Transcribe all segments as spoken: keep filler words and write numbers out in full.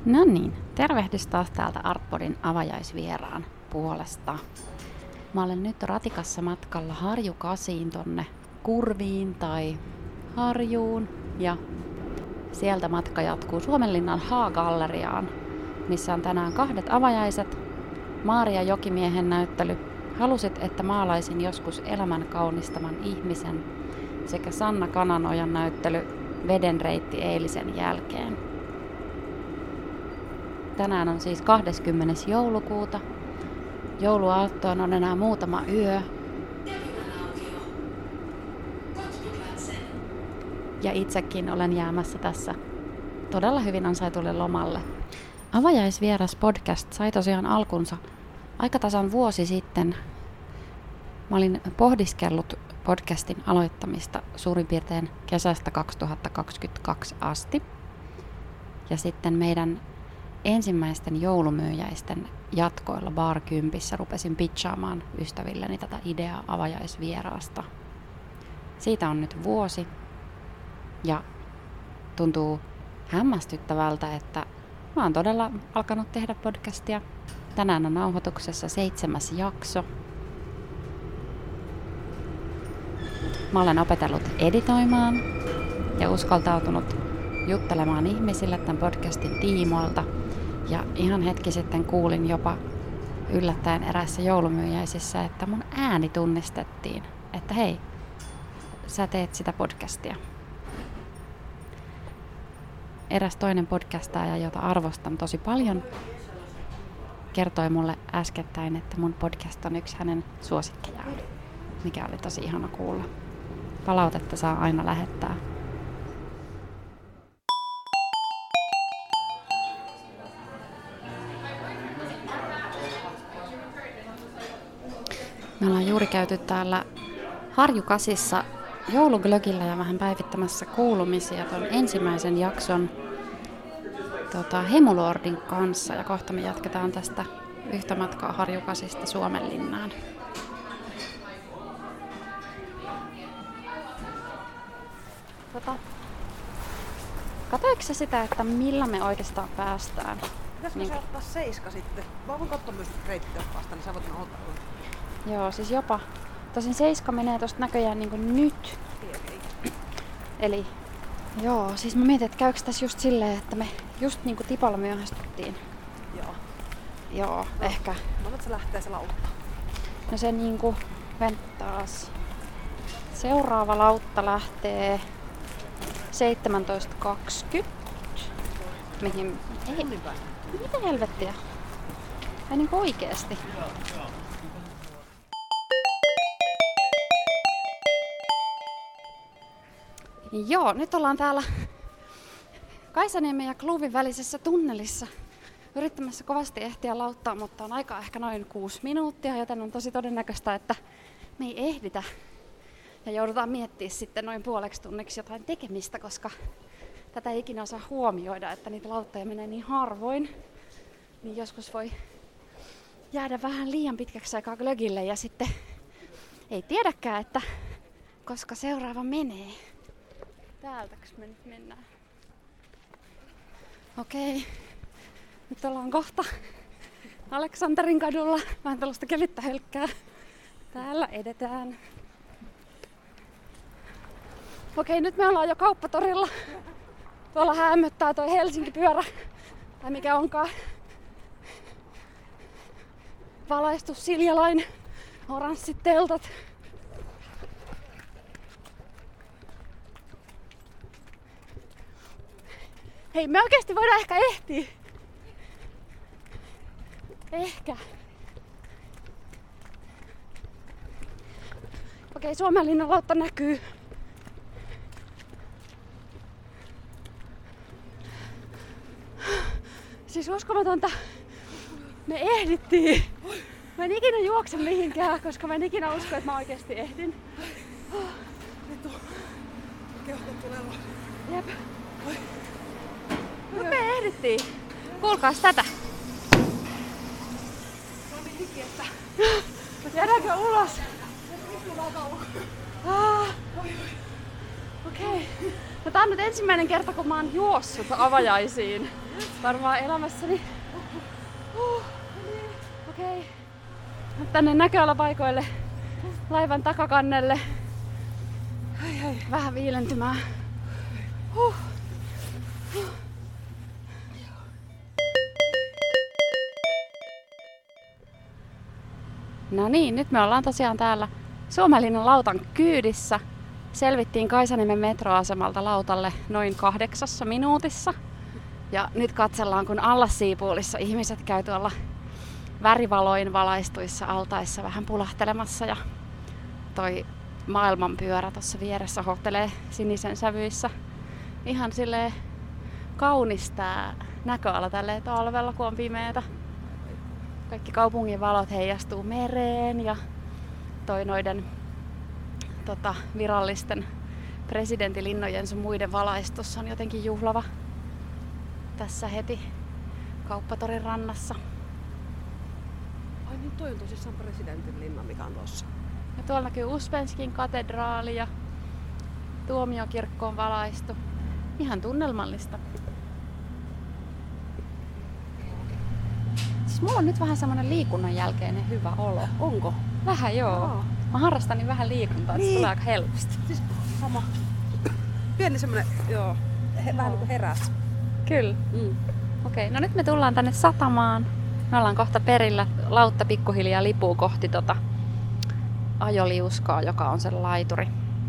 No niin, tervehdys taas täältä Artpodin avajaisvieraan puolesta. Mä olen nyt ratikassa matkalla Harjukasiin tonne Kurviin tai Harjuun ja sieltä matka jatkuu Suomenlinnan H-galleriaan, missä on tänään kahdet avajaiset, Maaria Jokimiehen näyttely Halusit, että maalaisin joskus elämän kaunistaman ihmisen sekä Sanna Kananojan näyttely Veden reitti eilisen jälkeen. Tänään on siis kahdeskymmenes joulukuuta. Jouluaattoon on enää muutama yö. Ja itsekin olen jäämässä tässä todella hyvin ansaitulle lomalle. Avajaisvieras podcast sai tosiaan alkunsa aika tasan vuosi sitten. Mä olin pohdiskellut podcastin aloittamista suurin piirtein kesästä kaksituhattakaksikymmentäkaksi asti. Ja sitten meidän ensimmäisten joulumyyjäisten jatkoilla Bar Kympissä rupesin pitchaamaan ystävilleni tätä ideaa avajaisvieraasta. Siitä on nyt vuosi ja tuntuu hämmästyttävältä, että mä oon todella alkanut tehdä podcastia. Tänään on nauhoituksessa seitsemäs jakso. Mä olen opetellut editoimaan ja uskaltautunut juttelemaan ihmisille tämän podcastin tiimoilta. Ja ihan hetki sitten kuulin jopa yllättäen eräissä joulumyyjäisissä, että mun ääni tunnistettiin. Että hei, sä teet sitä podcastia. Eräs toinen podcastaja, jota arvostan tosi paljon, kertoi mulle äskettäin, että mun podcast on yksi hänen suosikkejaan, mikä oli tosi ihana kuulla. Palautetta saa aina lähettää. Me ollaan juuri käyty täällä Harjukasissa jouluglögillä ja vähän päivittämässä kuulumisia tuon ensimmäisen jakson tota, Hemulordin kanssa. Ja kohta me jatketaan tästä yhtä matkaa Harjukasista Suomenlinnaan. Tota, Katoiko sä sitä, että millä me oikeastaan päästään? Pitäisikö niin... se ottaa seiska sitten? Mä voin katsoa myös reittiä vasta, niin sä voit ottaa. Joo, siis jopa. Tosin seiska menee tosta näköjään niinku nyt. Eli joo, siis mä mietin, että käykö tässä just silleen, että me just niinku tipalla myöhästyttiin. Joo. Joo, no, ehkä. Mä luulen, että se lähtee se lautta. No se niinku, venttaas. Seuraava lautta lähtee seitsemäntoista kaksikymmentä. Mihin? Ei. Mitä helvettiä? Ei niinku oikeesti. Joo, nyt ollaan täällä Kaisaniemen ja Kluvin välisessä tunnelissa yrittämässä kovasti ehtiä lauttaa, mutta on aikaa ehkä noin kuusi minuuttia, joten on tosi todennäköistä, että me ei ehditä. Ja joudutaan miettimään sitten noin puoleksi tunniksi jotain tekemistä, koska tätä ei ikinä osaa huomioida, että niitä lauttoja menee niin harvoin. Niin joskus voi jäädä vähän liian pitkäksi aikaa glögille ja sitten ei tiedäkään, että koska seuraava menee. Täältäks me nyt mennään? Okei. Nyt ollaan kohta Aleksanterin kadulla. Vähän tällaista kevyttä hölkkää. Täällä edetään. Okei, nyt me ollaan jo kauppatorilla. Tuolla hämmöttää toi Helsinki-pyörä. Tai mikä onkaan. Valaistu Siljalain. Oranssit teltat. Hei, me oikeesti voidaan ehkä ehtiä. Ehkä. Okei, Suomenlinnan lautta näkyy. Siis uskomatonta. Me ehdittiin. Mä en ikinä juokse mihinkään, koska mä en ikinä usko, että mä oikeesti ehdin. Vittu. Keuhkot tulee vaan. Jep. Mut me ehdittiin. Kuulkaas tätä. Se on niin hiki, että... Jäädäänkö ulos? Se riippuu vaan kauan. Ah. Okei. Okay. No, tää on nyt ensimmäinen kerta, kun mä oon juossut avajaisiin. Varmaan elämässäni. Uh, Okei. Okay. Tänne näköalapaikoille laivan takakannelle. Ai, ai. Vähän viilentymään. Huh. Huh. No niin, nyt me ollaan tosiaan täällä Suomenlinnan lautan kyydissä. Selvittiin Kaisaniemen metroasemalta lautalle noin kahdeksassa minuutissa. Ja nyt katsellaan, kun Allassiipuulissa ihmiset käy tuolla värivaloin valaistuissa altaissa vähän pulahtelemassa. Ja toi maailmanpyörä tuossa vieressä hohtelee sinisen sävyissä. Ihan silleen kaunis tää näköala tälleen talvella, kun on pimeetä. Kaikki kaupungin valot heijastuu mereen ja toi noiden tota, virallisten presidentilinnojen sun muiden valaistus on jotenkin juhlava tässä heti Kauppatorin rannassa. Ai niin, toi on tosissaan presidentin linna, mikä on tossa. Ja tuolla näkyy Uspenskin katedraali ja tuomiokirkko on valaistu. Ihan tunnelmallista. Siis mulla on nyt vähän semmonen liikunnan jälkeinen hyvä olo. Onko? Vähän joo. Joo. Mä harrastan niin vähän liikuntaa, että Niin. se tulee aika helposti. Siis sama. Pieni semmonen, joo, he, vähän niinku heräs. Kyllä. Mm. Okei, no nyt me tullaan tänne satamaan. Me ollaan kohta perillä. Lautta pikkuhiljaa lipuu kohti tota ajoliuskaa, joka on sen laituri.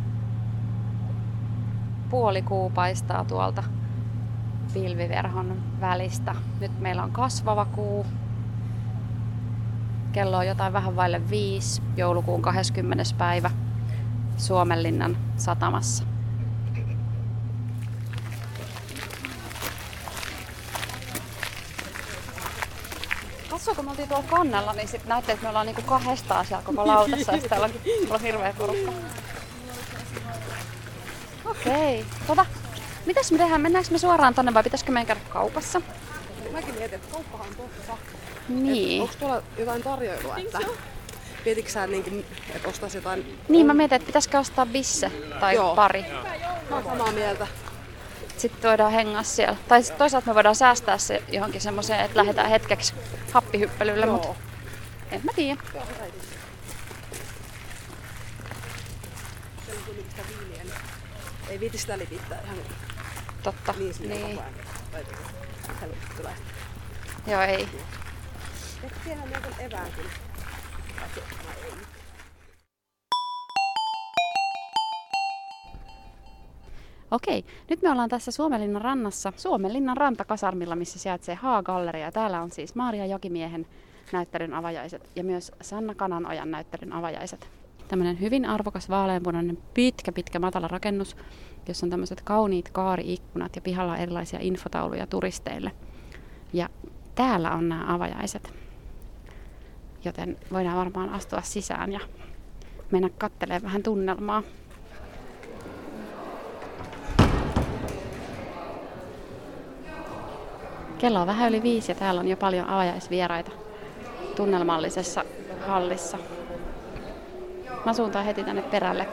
Puolikuu paistaa tuolta pilviverhon välistä. Nyt meillä on kasvava kuu. Kello on jotain vähän vaille viisi, joulukuun kahdeskymmenes päivä Suomenlinnan satamassa. Katso, kun me oltiin tuolla kannella, niin sit näette, että me ollaan niinku kahdestaan siellä koko lautassa ja täällä onkin on hirveä porukka. Okei. Tota, mitäs me tehdään? Mennäänkö me suoraan tonne vai pitäisikö meidän käydä kaupassa? Mäkin mietin, että kauppahan on tossa. Niin. Onko tuolla jotain tarjoilua, että mietitkö sä, niin, että ostais jotain? Niin, mä mietin, että pitäisikö ostaa bisse tai Joo. pari. Mä oon samaa mieltä. Sitten voidaan hengaa siellä. Tai sit toisaalta me voidaan säästää se johonkin semmoiseen, että lähdetään hetkeksi happihyppelylle, mutta Joo. en mä tiedä. Joo, hyvä idea. Siellä on kuitenkin sitä viiniä, niin ei viiti sitä lipittää ihan Totta. niin sinne Niin. koko ajan. Tai helposti tulee sitä. Joo, ei. Ehkä tiedän jonkun evään kyllä. Paitsi, mä ei. Okei, nyt me ollaan tässä Suomenlinnan rannassa, Suomenlinnan rantakasarmilla, missä sijaitsee Haa-galleria. Täällä on siis Maaria Jokimiehen näyttelyn avajaiset ja myös Sanna Kananojan näyttelyn avajaiset. Tämmöinen hyvin arvokas vaaleanpunainen pitkä pitkä matala rakennus, jossa on tämmöiset kauniit kaari-ikkunat ja pihalla on erilaisia infotauluja turisteille. Ja täällä on nämä avajaiset, joten voidaan varmaan astua sisään ja mennä katselemaan vähän tunnelmaa. Kello on vähän yli viisi ja täällä on jo paljon avajaisvieraita tunnelmallisessa hallissa. Mä suuntaan heti tänne perälle.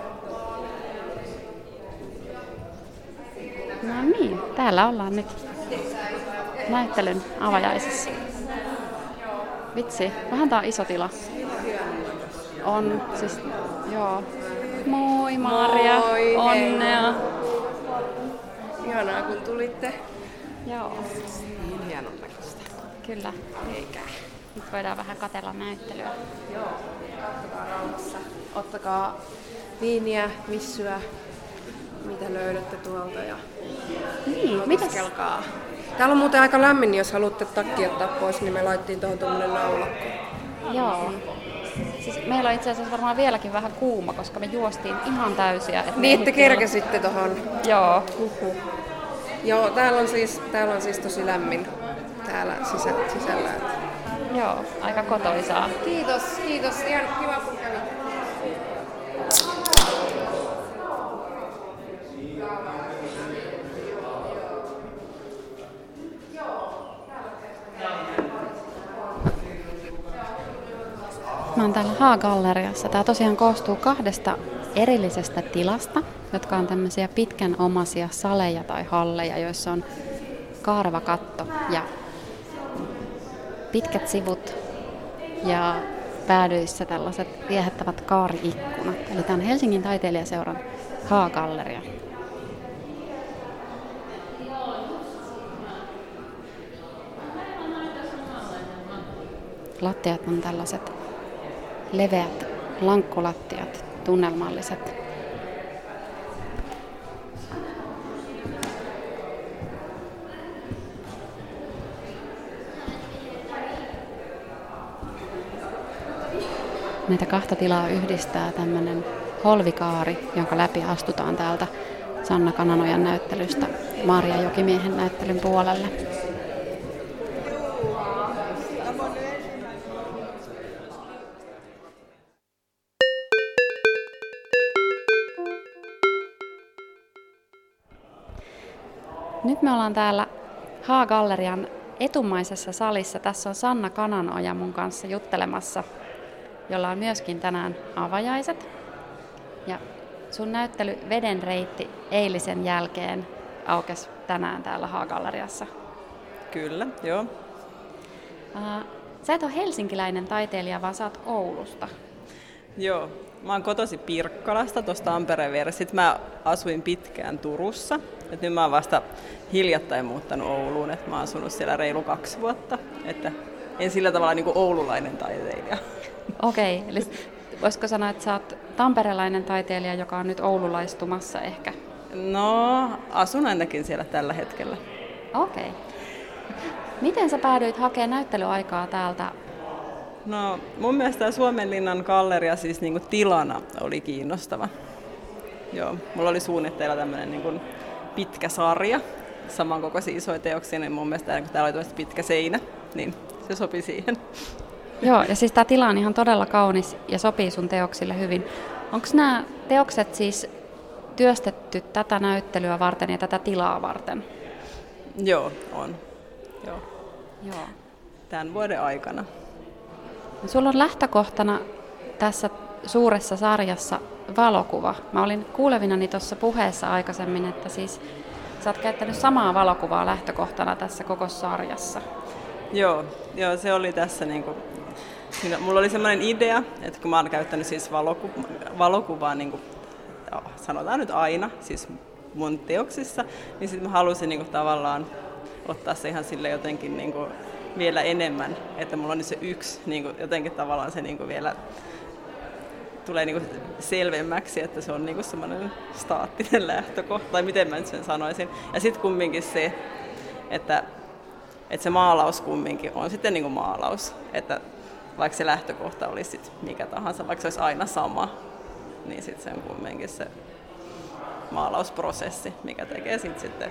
No niin, täällä ollaan nyt näyttelyn avajaisissa. Vitsi, vähän tää on iso tila. On, siis, joo. Moi Maria, Moi, onnea. Ihanaa kun tulitte. Joo, Niin hienon näköistä. kyllä. Eikä. Nyt voidaan vähän katsella näyttelyä. Joo. Ottakaa rauhassa. Ottakaa viiniä, missyä, mitä löydätte tuolta ja Niin, mitäs? opiskelkaa. Täällä on muuten aika lämmin, niin jos haluatte takki ottaa pois, niin me laittiin tuohon tuommoinen naulakko. Joo. Siis meillä on itse asiassa varmaan vieläkin vähän kuuma, koska me juostiin ihan täysiä. Että me Niin, että ehdittiin kerkesitte tuohon. olla- Joo. Huhhuh. Joo, täällä on siis, täällä on siis tosi lämmin täällä sisä, sisällä. Joo, aika kotoisaa. Kiitos, kiitos. Ihan kiva kun kävit. Mä oon täällä Haa-galleriassa. Tää tosiaan koostuu kahdesta erillisestä tilasta. jotka on tämmöisiä pitkän omaisia saleja tai halleja, joissa on kaareva katto ja pitkät sivut ja päädyissä tällaiset viehättävät kaari-ikkunat. Eli tämä on Helsingin taiteilijaseuran H-galleria. Lattiat on tällaiset leveät lankkulattiat, tunnelmalliset. Näitä kahta tilaa yhdistää tämmöinen holvikaari, jonka läpi astutaan täältä Sanna Kananojan näyttelystä Maria Jokimiehen näyttelyn puolelle. Nyt me ollaan täällä H-gallerian etumaisessa salissa. Tässä on Sanna Kananoja mun kanssa juttelemassa, jolla on myöskin tänään avajaiset. Ja sun näyttely Veden reitti eilisen jälkeen aukesi tänään täällä H-galleriassa. Kyllä, joo. Uh, sä et ole helsinkiläinen taiteilija, vaan sä oot Oulusta. Joo, mä oon kotoisin Pirkkalasta, tuosta Tampereen vieressä. Sitten mä asuin pitkään Turussa. Et nyt mä oon vasta hiljattain muuttanut Ouluun, että mä oon asunut siellä reilu kaksi vuotta. Että en sillä tavalla niin kuin oululainen taiteilija. Okei, okay, eli voisiko sanoa, että sä oot tamperelainen taiteilija, joka on nyt oululaistumassa ehkä? No, asun ainakin siellä tällä hetkellä. Okei. Okay. Miten sä päädyit hakemaan näyttelyaikaa täältä? No, mun mielestä tämä Suomenlinnan galleria siis niin kuin tilana oli kiinnostava. Joo, mulla oli suunnitteilla tämmöinen niin kuin pitkä sarja, samankokoisia isoja teoksia, niin mun mielestä kun täällä oli pitkä seinä, niin se sopi siihen. Joo, ja siis tämä tila on ihan todella kaunis ja sopii sun teoksille hyvin. Onko nämä teokset siis työstetty tätä näyttelyä varten ja tätä tilaa varten? Joo, on. Joo. Joo. Tämän vuoden aikana. Sulla on lähtökohtana tässä suuressa sarjassa valokuva. Mä olin kuulevinani tuossa puheessa aikaisemmin, että siis sä oot käyttänyt samaa valokuvaa lähtökohtana tässä koko sarjassa. Joo, joo se oli tässä niinku, siinä, mulla oli semmoinen idea, että kun mä oon käyttänyt siis valoku, valokuvaa niinku, joo, sanotaan nyt aina, siis mun teoksissa, niin sitten mä halusin niinku tavallaan ottaa se ihan sille jotenkin niinku vielä enemmän, että mulla on se yksi niinku, jotenkin tavallaan se niinku vielä tulee niinku selvemmäksi, että se on niinku semmoinen staattinen lähtökohta, tai miten mä nyt sen sanoisin. Ja sitten kumminkin se, että, että se maalaus kumminkin on sitten niinku maalaus, että vaikka se lähtökohta olisi sit mikä tahansa, vaikka se olisi aina sama, niin sitten se on kumminkin se maalausprosessi, mikä tekee sit sitten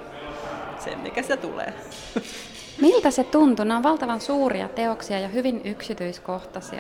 sen, mikä se tulee. Miltä se tuntuu? Nämä on valtavan suuria teoksia ja hyvin yksityiskohtaisia.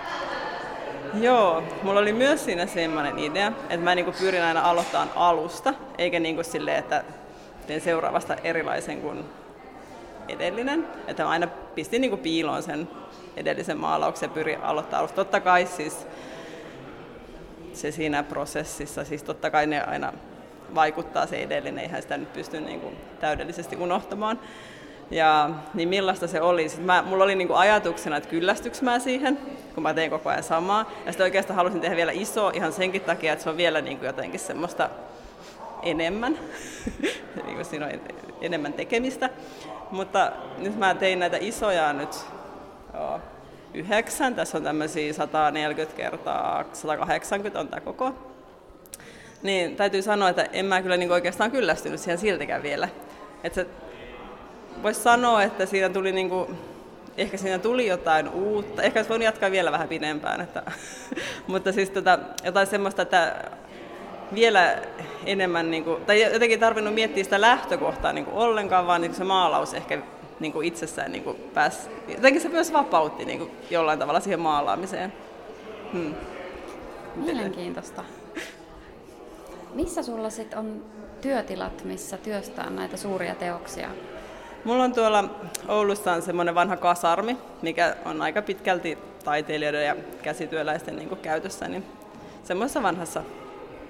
Joo, mulla oli myös siinä semmoinen idea, että mä niinku pyrin aina aloittamaan alusta, eikä niinku silleen, että teen seuraavasta erilaisen kuin edellinen. Että mä aina pistin niinku piiloon sen edellisen maalauksen ja pyrin aloittamaan alusta. Totta kai siis se siinä prosessissa, siis totta kai ne aina vaikuttaa se edellinen, eihän sitä nyt pysty niinku täydellisesti unohtamaan. Ja niin millaista se oli? Sitten mä, mulla oli niinku ajatuksena, että kyllästyks mä siihen, kun mä tein koko ajan samaa. Ja sitten oikeastaan halusin tehdä vielä iso ihan senkin takia, että se on vielä niinku jotenkin semmoista enemmän. Niinku siinä on enemmän tekemistä. Mutta nyt mä tein näitä isoja nyt joo, yhdeksän. Tässä on tämmöisiä sata neljäkymmentä kertaa sata kahdeksankymmentä on tää koko. Niin täytyy sanoa, että en mä kyllä niinku oikeastaan kyllästynyt siihen siltikään vielä. Et se, voisi sanoa, että siinä tuli niinku, ehkä siinä tuli jotain uutta. Ehkä olisi voinut jatkaa vielä vähän pidempään. Että, mutta siis tota, jotain semmoista, että vielä enemmän, niinku, tai jotenkin tarvinnut miettiä sitä lähtökohtaa niinku ollenkaan, vaan niinku se maalaus ehkä niinku itsessään niinku pääsi. Jotenkin se myös vapautti niinku jollain tavalla siihen maalaamiseen. Hmm. Mielenkiintoista. Missä sulla sit on työtilat, missä työstää näitä suuria teoksia? Mulla on tuolla Oulussa on semmoinen vanha kasarmi, mikä on aika pitkälti taiteilijoiden ja käsityöläisten niin kuin käytössä. Niin semmoisessa vanhassa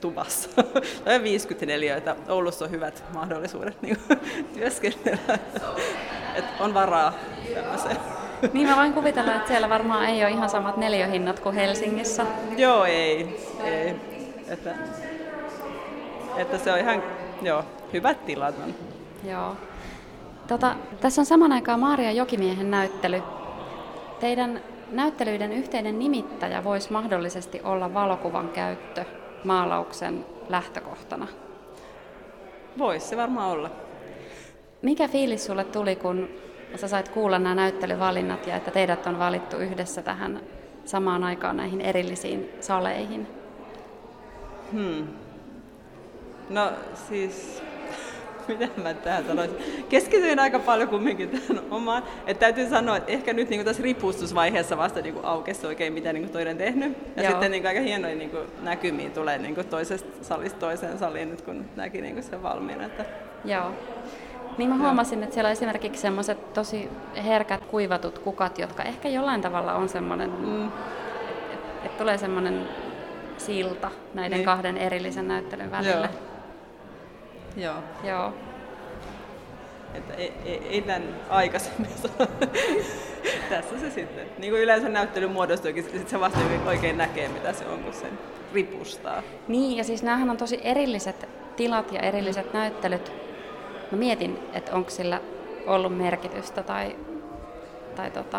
tuvassa. Tai viisikymmentäneljä, että Oulussa on hyvät mahdollisuudet niin työskennellä. Et on varaa tämmöiseen. Niin mä voin kuvitella, että siellä varmaan ei ole ihan samat neliöhinnat kuin Helsingissä. Joo, ei. ei. Että, että se on ihan joo, hyvät tilat on. Joo. Tota, tässä on saman aikaan Maaria Jokimiehen näyttely. Teidän näyttelyiden yhteinen nimittäjä voisi mahdollisesti olla valokuvan käyttö maalauksen lähtökohtana. Voisi se varmaan olla. Mikä fiilis sulle tuli, kun sä sait kuulla nämä näyttelyvalinnat ja että teidät on valittu yhdessä tähän samaan aikaan näihin erillisiin saleihin? Hmm. No siis, mitä mä tähän sanoisin? Keskityin aika paljon kumminkin tähän omaan. Että täytyy sanoa, että ehkä nyt niin tässä ripustusvaiheessa vasta niin aukesi oikein, mitä niin toinen tehnyt. Ja Joo. sitten niin aika hienoja niin näkymiä tulee niin toisesta salista toiseen saliin, nyt kun näki niin sen valmiina. Että... Joo. Niin mä huomasin, että siellä on esimerkiksi semmoiset tosi herkät kuivatut kukat, jotka ehkä jollain tavalla on semmoinen, mm. että et tulee semmoinen silta näiden niin. kahden erillisen näyttelyn välillä. Joo. Joo. Joo. Että ei, ei, ei tämän aikaisemmin sano. Tässä se sitten. Niin kuin yleensä näyttely muodostuukin, sitten se vasta oikein näkee, mitä se on, kun sen ripustaa. Niin, ja siis näähän on tosi erilliset tilat ja erilliset mm. näyttelyt. Mä mietin, että onko sillä ollut merkitystä tai, tai tota...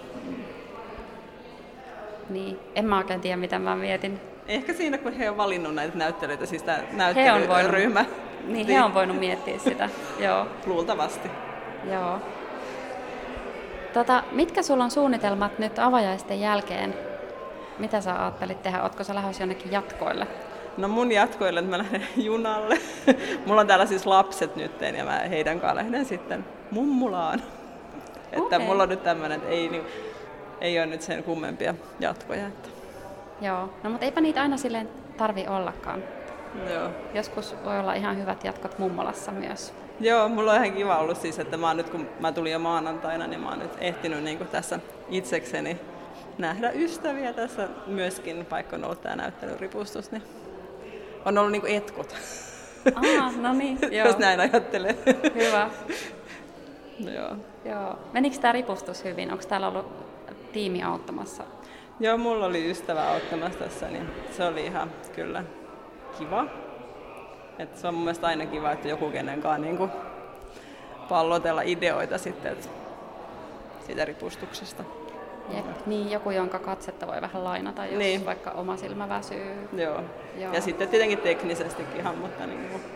Niin, en mä oikein tiedä, mitä mä mietin. Ehkä siinä, kun he on valinnut näitä näyttelyitä, siis tämä näyttelyryhmä. Niin, he on voinut miettiä sitä, joo. Luultavasti. Joo. Tota, mitkä sulla on suunnitelmat nyt avajaisten jälkeen? Mitä sä ajattelit tehdä? Ootko sä lähdössä jonnekin jatkoille? No mun jatkoille, että mä lähden junalle. Mulla on täällä siis lapset nyt ja mä heidän kanssaan lähden sitten mummulaan. Okay. Että mulla on nyt tämmönen, että ei, ei ole nyt sen kummempia jatkoja. Että. Joo, no mutta eipä niitä aina silleen tarvi ollakaan. Joo. Joskus voi olla ihan hyvät jatkot mummolassa myös. Joo, mulla on ihan kiva ollut siis, että mä nyt kun mä tulin jo maanantaina, niin mä oon nyt ehtinyt niin kuin tässä itsekseni nähdä ystäviä tässä myöskin, vaikka on ollut tää näyttelyripustus, niin on ollut niin kuin etkut. Aa, no niin, joo. Jos näin ajattelee. Hyvä. Joo. Joo. Menikö tää ripustus hyvin? Onko täällä ollut tiimi auttamassa? Joo, mulla oli ystävä auttamassa tässä, niin se oli ihan kyllä kiva. Et se on mun mielestä aina kiva, että joku kenenkaan niin pallotella ideoita sitten et siitä ripustuksesta. Jep, niin joku, jonka katsetta voi vähän lainata, jos niin. vaikka oma silmä väsyy. Joo. Joo. Ja sitten tietenkin teknisestikin ihan, mutta niin kuin...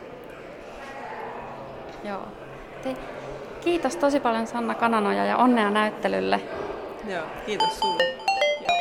Joo. Te, kiitos tosi paljon Sanna Kananoja ja onnea näyttelylle. Joo, kiitos sulle. Joo.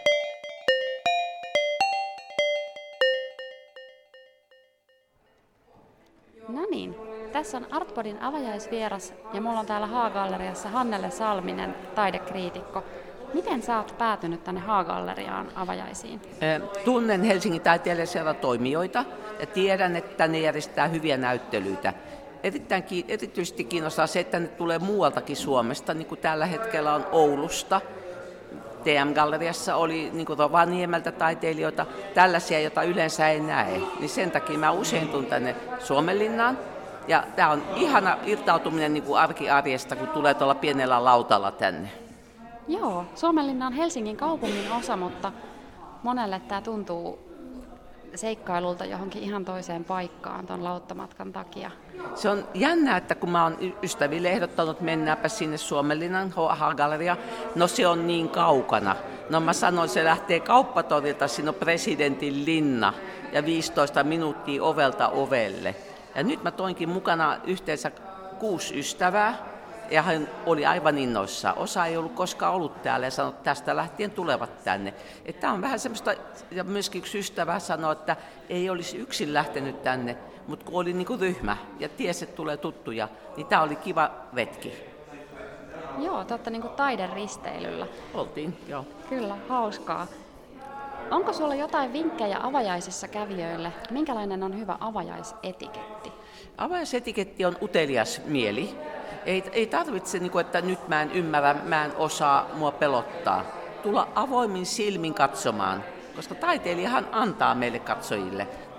No niin, tässä on Artpodin avajaisvieras ja mulla on täällä Haagalleriassa Hannele Salminen, taidekriitikko. Miten sä oot päätynyt tänne Haagalleriaan avajaisiin? Tunnen Helsingin taiteilijaseura toimijoita ja tiedän, että ne järjestää hyviä näyttelyitä. Erittäin, erityisesti kiinnostaa se, että ne tulee muualtakin Suomesta, niin kuin tällä hetkellä on Oulusta. T M-galleriassa oli niin kuin Rovaniemeltä taiteilijoita, tällaisia, joita yleensä ei näe. Niin sen takia mä usein tulen tänne Suomenlinnaan. Ja tämä on ihana irtautuminen niin kuin arkiarjesta, kun tulee tuolla pienellä lautalla tänne. Joo, Suomenlinna on Helsingin kaupungin osa, mutta monelle tämä tuntuu seikkailulta johonkin ihan toiseen paikkaan tuon lauttamatkan takia. Se on jännää, että kun mä oon ystäville ehdottanut, että mennäänpä sinne Suomenlinnan Haagalleriaan, no se on niin kaukana. No mä sanoin, että se lähtee Kauppatorilta, siinä on presidentin linna ja viisitoista minuuttia ovelta ovelle. Ja nyt mä toinkin mukana yhteensä kuusi ystävää ja hän oli aivan innoissaan. Osa ei ollut koskaan ollut täällä ja sanoi, että tästä lähtien tulevat tänne. Tämä on vähän semmoista, ja myöskin yksi ystävä sanoi, että ei olisi yksin lähtenyt tänne, mutta kun oli niin kuin ryhmä ja tiesi, että tulee tuttuja, niin tämä oli kiva retki. Joo, te olette niin kuin taideristeilyllä. Oltiin, joo. Kyllä, hauskaa. Onko sulla jotain vinkkejä avajaisissa kävijöille? Minkälainen on hyvä avajaisetiketti? Avajaisetiketti on utelias mieli. Ei, ei tarvitse, että nyt mä en ymmärrä, mä en osaa, mua pelottaa. Tulla avoimin silmin katsomaan, koska taiteilijahan antaa meille katsojille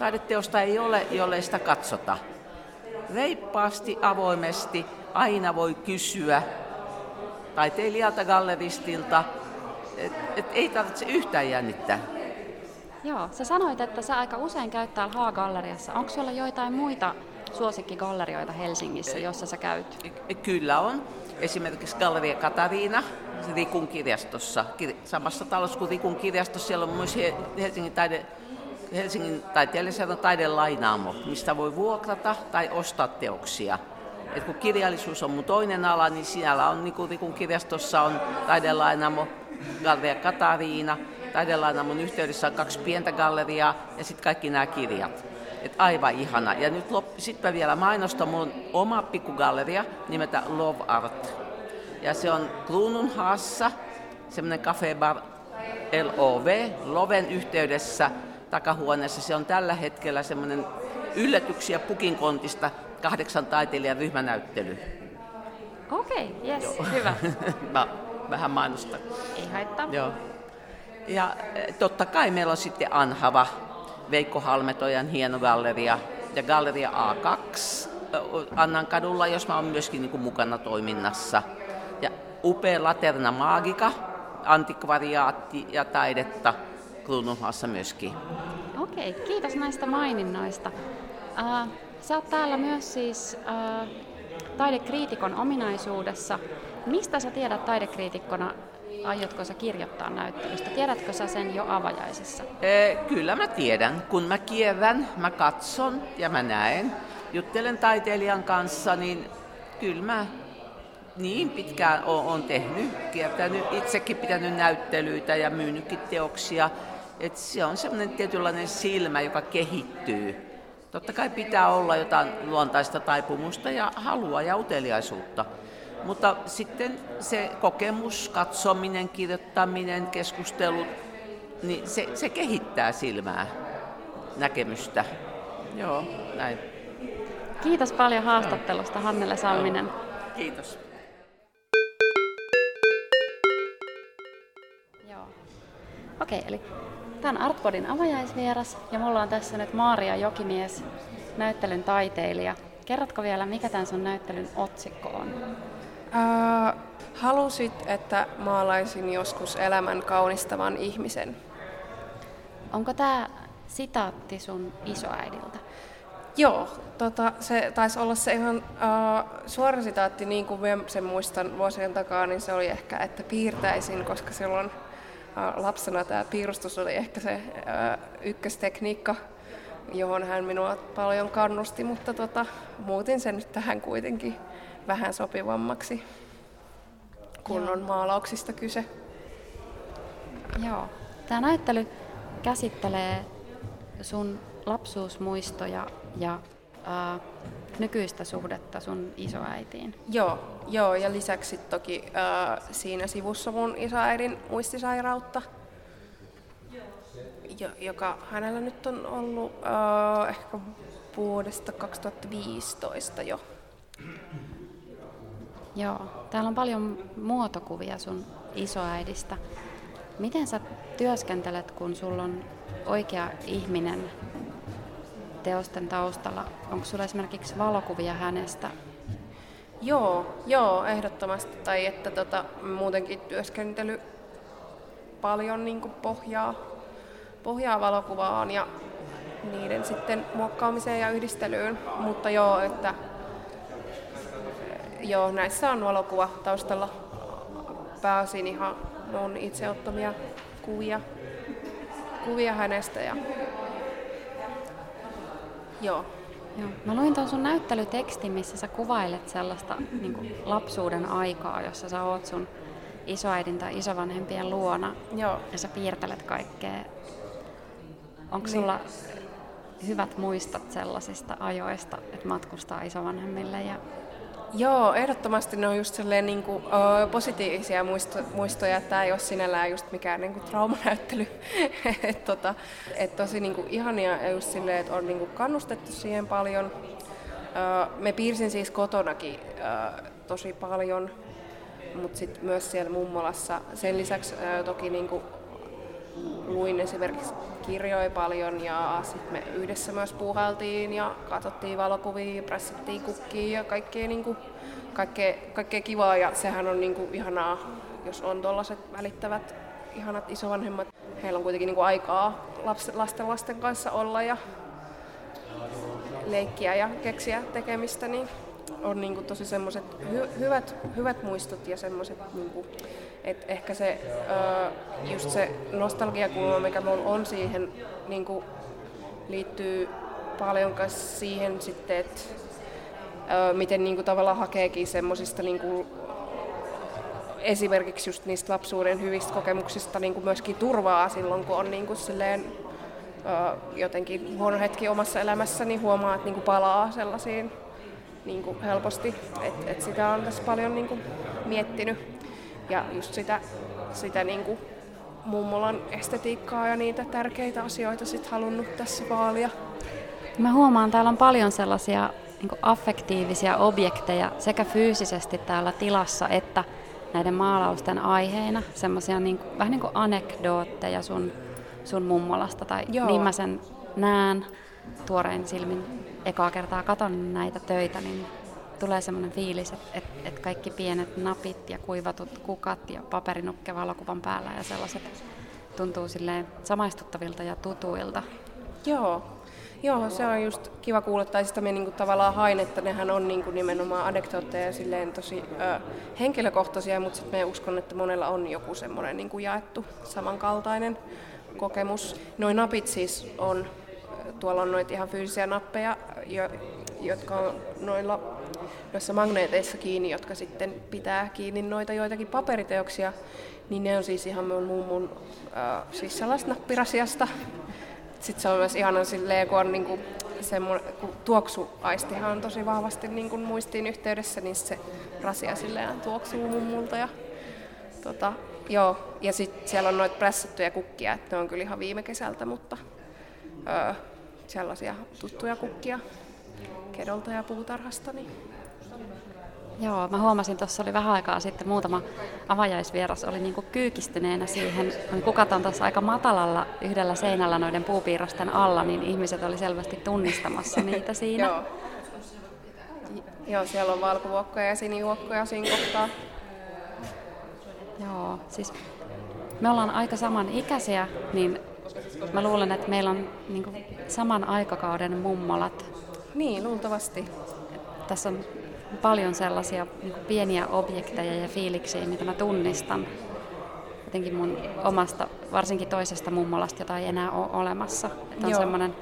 taideteosta ei ole, jollei sitä katsota. Reippaasti, avoimesti, aina voi kysyä taiteilijalta, galleristilta, et, et ei tarvitse yhtään jännittää. Joo, sä sanoit, että sä aika usein käyt täällä H-galleriassa. Onko sulla joitain muita suosikkigallerioita Helsingissä, jossa sä käyt? Kyllä on. Esimerkiksi Galleria Katariina Rikun kirjastossa. Samassa talossa kuin Rikun kirjastossa siellä on myös Helsingin, taide, Helsingin taiteellisen taidelainaamo, mistä voi vuokrata tai ostaa teoksia. Et kun kirjallisuus on mun toinen ala, niin siellä on, niin kuin Rikun kirjastossa on taidelainaamo, Galleria Katariina. Taidelainaamon yhteydessä on kaksi pientä galleriaa ja sitten kaikki nämä kirjat. Et aivan ihana. Ja nyt sitten vielä mainostan, mulla on oma pikkugalleria nimeltä Love Art. Ja se on Kruununhaassa, semmoinen cafe bar L O V, Loven yhteydessä takahuoneessa. Se on tällä hetkellä semmoinen yllätyksiä pukin kontista kahdeksan taiteilijan ryhmänäyttely. Okei, okay, jes, hyvä. Mä vähän mainostan. Ei haittaa. Joo. Ja totta kai meillä on sitten Anhava, Veikko Halmetojan hieno galleria ja Galleria A kaksi Annan kadulla, jos mä oon myöskin niin kuin mukana toiminnassa. Ja upea Laterna Magica, antikvariaatti ja taidetta Kruununhaassa myöskin. Okei, kiitos näistä maininnoista. Uh, sä oot täällä myös siis uh, taidekriitikon ominaisuudessa. Mistä sä tiedät taidekriitikkona? Aiotko sä kirjoittaa näyttelystä? Tiedätkö sä sen jo avajaisissa? Ee, kyllä mä tiedän. Kun mä kierrän, mä katson ja mä näen. Juttelen taiteilijan kanssa, niin kyllä mä niin pitkään oon, oon tehnyt. Kiertänyt, itsekin pitänyt näyttelyitä ja myynytkin teoksia. Et se on semmoinen tietynlainen silmä, joka kehittyy. Totta kai pitää olla jotain luontaista taipumusta ja halua ja uteliaisuutta. Mutta sitten se kokemus, katsominen, kirjoittaminen, keskustelut, niin se, se kehittää silmää, näkemystä. Joo, näin. Kiitos paljon haastattelusta, Hannele Salminen. Kiitos. Joo. Okei, eli tämä on Artpodin avajaisvieras ja mulla on tässä nyt Maaria Jokimies, näyttelyn taiteilija. Kerrotko vielä, mikä tämän sun näyttelyn otsikko on? Uh, halusit, että maalaisin joskus elämän kaunistavan ihmisen. Onko tämä sitaatti sun isoäidiltä? Joo, tota, se taisi olla se ihan uh, suora sitaatti, niin kuin sen muistan vuosien takaa, niin se oli ehkä, että piirtäisin, koska silloin uh, lapsena tämä piirustus oli ehkä se uh, ykköstekniikka, johon hän minua paljon kannusti, mutta tota, muutin sen nyt tähän kuitenkin vähän sopivammaksi, kun Joo. on maalauksista kyse. Joo. Tämä näyttely käsittelee sun lapsuusmuistoja ja ää, nykyistä suhdetta sun isoäitiin. Joo, joo ja lisäksi toki ää, siinä sivussa mun isoäidin muistisairautta, jo, joka hänellä nyt on ollut ää, ehkä vuodesta kaksituhattaviisitoista jo. Joo, täällä on paljon muotokuvia sun isoäidistä. Miten sä työskentelet, kun sulla on oikea ihminen teosten taustalla? Onko sulla esimerkiksi valokuvia hänestä? Joo, joo, ehdottomasti. Tai että tota, muutenkin työskentely paljon niin kuin pohjaa, pohjaa valokuvaan ja niiden sitten muokkaamiseen ja yhdistelyyn. Mutta joo, että joo, näissä on valokuva taustalla pääosin ihan mun itse ottamia kuvia, kuvia hänestä. Ja joo. Joo. Mä luin tuon sun näyttelytekstin, missä sä kuvailet sellaista niin kuin lapsuuden aikaa, jossa sä oot sun isoäidin tai isovanhempien luona Joo. ja sä piirtelet kaikkea. Onko Niin. sulla hyvät muistot sellaisista ajoista, että matkustaa isovanhemmille? Ja... Joo, ehdottomasti ne on just silleen niin kuin, ö, positiivisia muisto, muistoja, että tämä ei ole sinällään just mikään niin kuin traumanäyttely. et, tota, et tosi niin kuin ihania ja just silleen, että on niin kuin kannustettu siihen paljon. Ö, me piirsin siis kotonakin ö, tosi paljon, mutta sitten myös siellä mummolassa. Sen lisäksi ö, toki niin kuin luin esimerkiksi kirjoja paljon ja sitten me yhdessä myös puuhailtiin ja katsottiin valokuvia, pressittiin kukkia ja kaikkea, niin kuin, kaikkea, kaikkea kivaa ja sehän on niin kuin ihanaa, jos on tollaiset välittävät ihanat isovanhemmat. Heillä on kuitenkin niin kuin aikaa lasten lasten kanssa olla ja leikkiä ja keksiä tekemistä, niin on niin kuin tosi semmoiset hy- hyvät, hyvät muistot ja semmoiset, niin kuin, että ehkä se, ää, just se nostalgiakulma, mikä mulla on siihen, niin kuin, liittyy paljon myös siihen sitten, että ää, miten niin kuin, tavallaan hakeekin semmoisista niin kuin, esimerkiksi just niistä lapsuuden hyvistä kokemuksista niin kuin myöskin turvaa silloin, kun on niin kuin, silleen, ää, jotenkin huono hetki omassa elämässä, niin huomaa, että niin kuin, palaa sellaisiin niin kuin helposti, että et sitä on tässä paljon niin kuin miettinyt ja just sitä, sitä niin kuin mummolan estetiikkaa ja niitä tärkeitä asioita sit halunnut tässä vaalia. Mä huomaan, täällä on paljon sellaisia niin kuin affektiivisia objekteja sekä fyysisesti täällä tilassa että näiden maalausten aiheina, semmoisia niin kuin, vähän niin kuin anekdootteja sun, sun mummolasta tai Joo. niin mä sen näen tuorein silmin. Ekaa kertaa katon näitä töitä, niin tulee semmoinen fiilis, että et, et kaikki pienet napit ja kuivatut kukat ja paperinukke valokuvan päällä ja sellaiset tuntuu silleen samaistuttavilta ja tutuilta. Joo, Joo se on just kiva kuulla, tai sitä me niinku tavallaan hain, että nehän on niinku nimenomaan anekdootteja ja silleen tosi ö, henkilökohtaisia, mutta sitten me uskon, että monella on joku semmoinen niinku jaettu samankaltainen kokemus. Noi napit siis on, tuolla on noita ihan fyysisiä nappeja, jo, jotka on noilla noissa magneeteissa kiinni, jotka sitten pitää kiinni noita joitakin paperiteoksia, niin ne on siis ihan mun mummun äh, siis sellaista nappirasiasta. Sitten se on myös ihana silleen, kun on niinku semmoinen, kun tuoksuaistihan on tosi vahvasti niinku muistiin yhteydessä, niin se rasia silleen tuoksuu mummulta. Ja, tota, joo. ja sitten siellä on noita prässättyjä kukkia, että ne on kyllä ihan viime kesältä, mutta öö, sellaisia tuttuja kukkia Kedolta ja puutarhasta. Niin. Joo, mä huomasin, tuossa oli vähän aikaa sitten muutama avajaisvieras oli niinku kyykistyneenä siihen, kun kukat on tuossa aika matalalla yhdellä seinällä noiden puupiirrosten alla, niin ihmiset oli selvästi tunnistamassa niitä siinä. Joo. Joo, siellä on valkovuokkoja ja sinivuokkoja siinä kohtaa. Joo, siis me ollaan aika samanikäisiä, niin mä luulen, että meillä on niinku saman aikakauden mummolat. Niin, luultavasti. Tässä on paljon sellaisia niin kuin pieniä objekteja ja fiiliksiä, mitä mä tunnistan jotenkin mun omasta, varsinkin toisesta mummolasta, jota ei enää ole olemassa. Että on semmoinen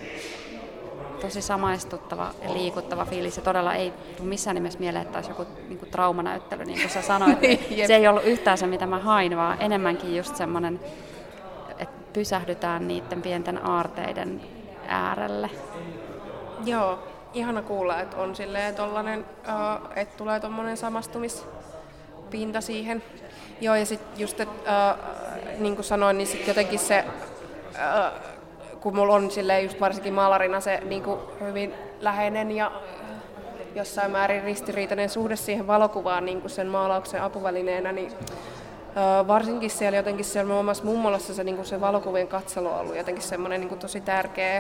tosi samaistuttava ja liikuttava fiilis. Ja todella ei tule missään nimessä mieleen, että olisi joku niin kuin traumanäyttely, niin kuin sä sanoit. Se ei ollut yhtään se, mitä mä hain, vaan enemmänkin just semmoinen, että pysähdytään niiden pienten aarteiden äärelle. Joo. Ihana kuulla, että on silleen tollanen, uh, että tulee tommonen samastumispinta siihen. Joo, ja sitten just, että uh, niin kuin sanoin, niin sit jotenkin se, uh, kun mulla on silleen just varsinkin maalarina se niin kuin hyvin läheinen ja jossain määrin ristiriitainen suhde siihen valokuvaan niin kuin sen maalauksen apuvälineenä, niin uh, varsinkin siellä jotenkin siellä mun omassa mummolassa se, niin kuin se valokuvien katselu on ollut jotenkin semmoinen niin kuin tosi tärkeä.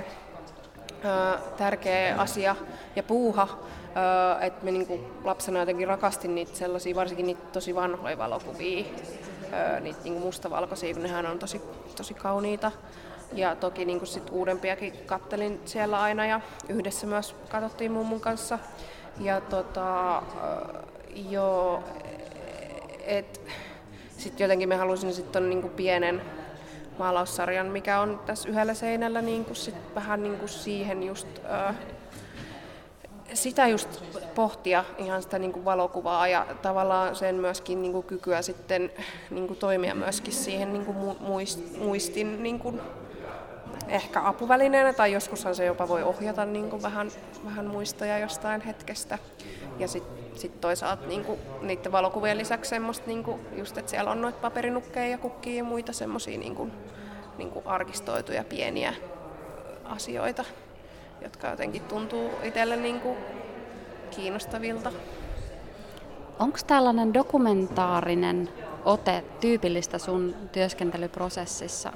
tärkeä asia ja puuha, että me niinku lapsena jotenkin rakastin niitä sellaisia, varsinkin niitä tosi vanhoja valokuvia, niitä niinku mustavalkoisia, nehän on tosi, tosi kauniita. Ja toki niinku sit uudempiakin kattelin siellä aina ja yhdessä myös katsottiin mummun kanssa. Ja tota, joo, et sit jotenkin me halusin sit ton niinku pienen maalaussarjan, mikä on tässä yhdellä seinällä, niin kuin sit vähän niin kuin siihen just, ää, sitä just pohtia ihan sitä niin kuin valokuvaa ja tavallaan sen myöskin niin kuin kykyä sitten niin kuin toimia myöskin siihen niin kuin muistin niin kuin ehkä apuvälineenä tai joskushan se jopa voi ohjata niin kuin vähän, vähän muistoja jostain hetkestä. Ja sitten sit toisaalta niinku, niiden valokuvien lisäksi semmoista, niinku, just, että siellä on noita paperinukkeja ja kukkia ja muita semmoisia niinku, niinku arkistoituja pieniä asioita, jotka jotenkin tuntuu itselle niinku kiinnostavilta. Onko tällainen dokumentaarinen ote tyypillistä sun työskentelyprosessissa?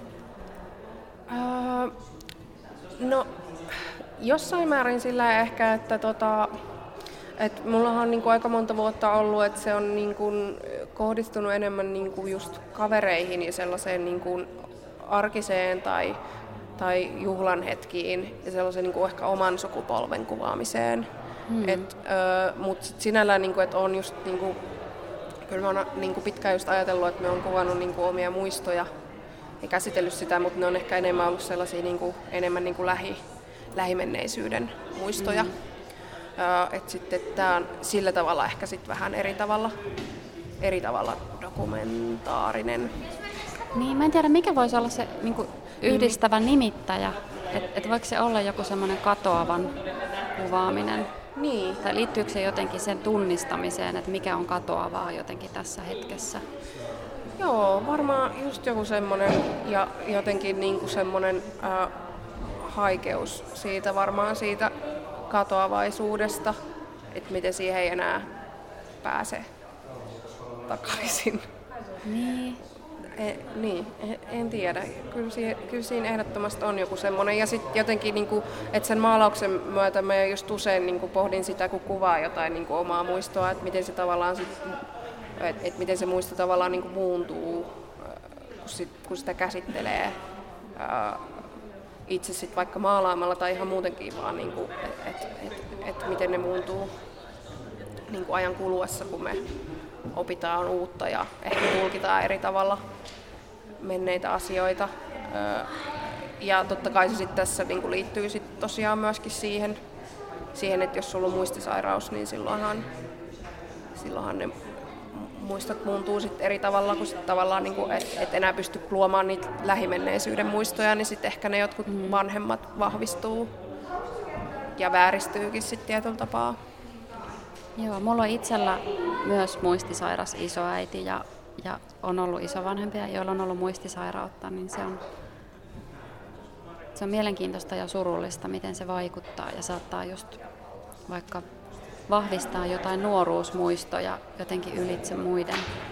Öö, no, jossain määrin sillä ehkä, että tota, et mullahan on niinku aika monta vuotta ollut, että se on niinku kohdistunut enemmän niinku just kavereihin ja sellaiseen niinku arkiseen tai, tai juhlan hetkiin ja sellaisen niinku ehkä oman sukupolven kuvaamiseen. Mm. Et, ö, mut sit sinällään, niinku, että on just niinku, kyllä mä oon niinku pitkään just ajatellut, että me on kuvannut niinku omia muistoja ja käsitellyt sitä, mutta ne on ehkä enemmän ollut sellaisia niinku, enemmän niinku lähi, lähimenneisyyden muistoja. Mm. Ö, et sitten tää on sillä tavalla ehkä sit vähän eri tavalla, eri tavalla dokumentaarinen. Niin, mä en tiedä, mikä voisi olla se niinku, yhdistävä nimittäjä. Että et voiko se olla joku semmoinen katoavan kuvaaminen? Niin. Tai liittyykö se jotenkin sen tunnistamiseen, että mikä on katoavaa jotenkin tässä hetkessä? Joo, varmaan just joku semmoinen ja jotenkin niinku semmoinen äh, haikeus siitä varmaan siitä katoavaisuudesta, että miten siihen ei enää pääse takaisin. Niin. E, niin, en tiedä. Kyllä siinä, kyllä siinä ehdottomasti on joku semmoinen. Ja sitten jotenkin, niin kuin, että sen maalauksen myötä mä just usein niin kuin pohdin sitä, kun kuvaa jotain niin kuin omaa muistoa, että miten se tavallaan sit, että, että miten se muisto tavallaan niin kuin muuntuu, kun, sit, kun sitä käsittelee ää, itse sit vaikka maalaamalla tai ihan muutenkin vaan, niin kuin, että, että, että, että miten ne muuntuu niin kuin ajan kuluessa, kun me opitaan uutta ja ehkä tulkitaan eri tavalla menneitä asioita. Ja totta kai se sit tässä niinku liittyy sit tosiaan myöskin siihen, siihen, että jos sulla on muistisairaus, niin silloinhan, silloinhan ne muistot muuntuu sit eri tavalla, kun sit tavallaan niinku, et, et enää pysty luomaan niitä lähimenneisyyden muistoja, niin sit ehkä ne jotkut mm. vanhemmat vahvistuu ja vääristyykin sit tietyllä tapaa. Joo, mulla on itsellä myös muistisairas isoäiti ja, ja on ollut isovanhempia, joilla on ollut muistisairautta, niin se on, se on mielenkiintoista ja surullista, miten se vaikuttaa ja saattaa just vaikka vahvistaa jotain nuoruusmuistoja jotenkin ylitse muiden.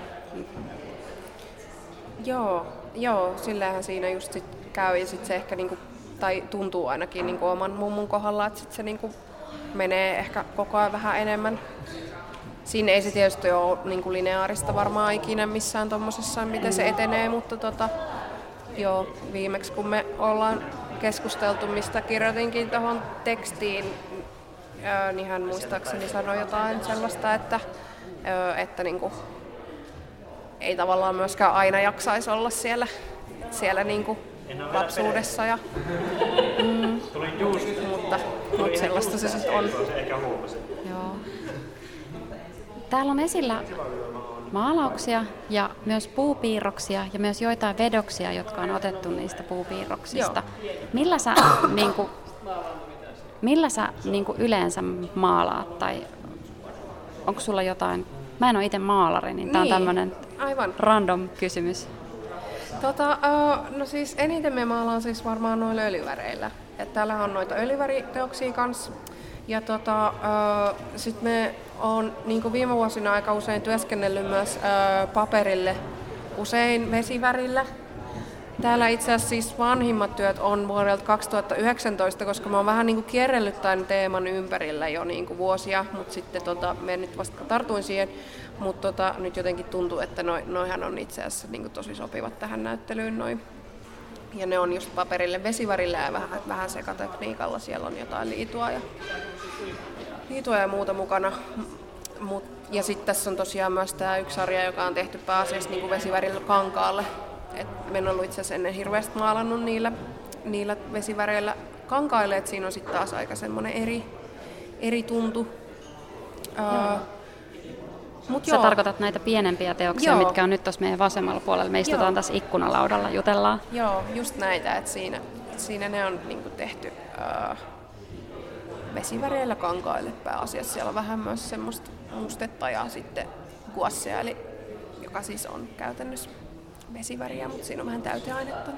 Joo, joo, sillähän siinä just sit käy ja sit se ehkä niinku, tai tuntuu ainakin niinku oman mummun kohdalla, että sit se niinku menee ehkä koko ajan vähän enemmän. Siinä ei se tietysti ole niin kuin lineaarista varmaan ikinä missään tommosessa, miten se etenee, mutta tota, joo, viimeksi kun me ollaan keskusteltu, mistä kirjoitinkin tuohon tekstiin, ää, niin hän muistaakseni sanoi jotain sellaista, että, ää, että niin kuin, ei tavallaan myöskään aina jaksaisi olla siellä, siellä niin kuin lapsuudessa. Ja, mm, mutta, mutta sellaista se sitten on. Joo. Täällä on esillä maalauksia ja myös puupiirroksia ja myös joitain vedoksia, jotka on otettu niistä puupiirroksista. Joo. Millä sä, niin kuin, millä sä niin kuin yleensä maalaat? Tai onko sulla jotain? Mä en ole itse maalari, niin tää on niin, tämmönen aivan random kysymys. Tota, no siis eniten me maalaan siis varmaan noilla öljyväreillä. Et täällähän on noita öljyväriteoksia kanssa. Ja tota, sit me on niin viime vuosina aika usein työskennellyt myös paperille, usein vesivärillä. Täällä itse asiassa siis vanhimmat työt on vuodelta kaksituhattayhdeksäntoista, koska mä oon vähän niin kuin kierrellyt tämän teeman ympärillä jo niin kuin vuosia, mutta sitten tota, me nyt vasta tartuin siihen. Mutta tota, nyt jotenkin tuntuu, että noi, noihan on itse asiassa niin kuin tosi sopivat tähän näyttelyyn. Noi. Ja ne on just paperille vesivärillä ja vähän, vähän sekatekniikalla. Siellä on jotain liitua ja, liitua ja muuta mukana. Mut, ja sitten tässä on tosiaan myös tämä yksi sarja, joka on tehty pääasiassa niin kuin vesivärillä kankaalle. Et me en ollut itse asiassa ennen hirveästi maalannut niillä, niillä vesiväreillä kankaille, että siinä on sitten taas aika semmoinen eri, eri tuntu. Öö, Mut Sä joo. tarkoitat näitä pienempiä teoksia, joo. mitkä on nyt tuossa meidän vasemmalla puolella. Me istutaan joo. tässä ikkunalaudalla, jutellaan. Joo, just näitä, että siinä, siinä ne on niinku tehty öö, vesiväreillä kankaille pääasiassa. Siellä on vähän myös semmoista mustetta ja sitten guassea, eli joka siis on käytännössä vesiväriä, mutta siinä on vähän täyteainetta.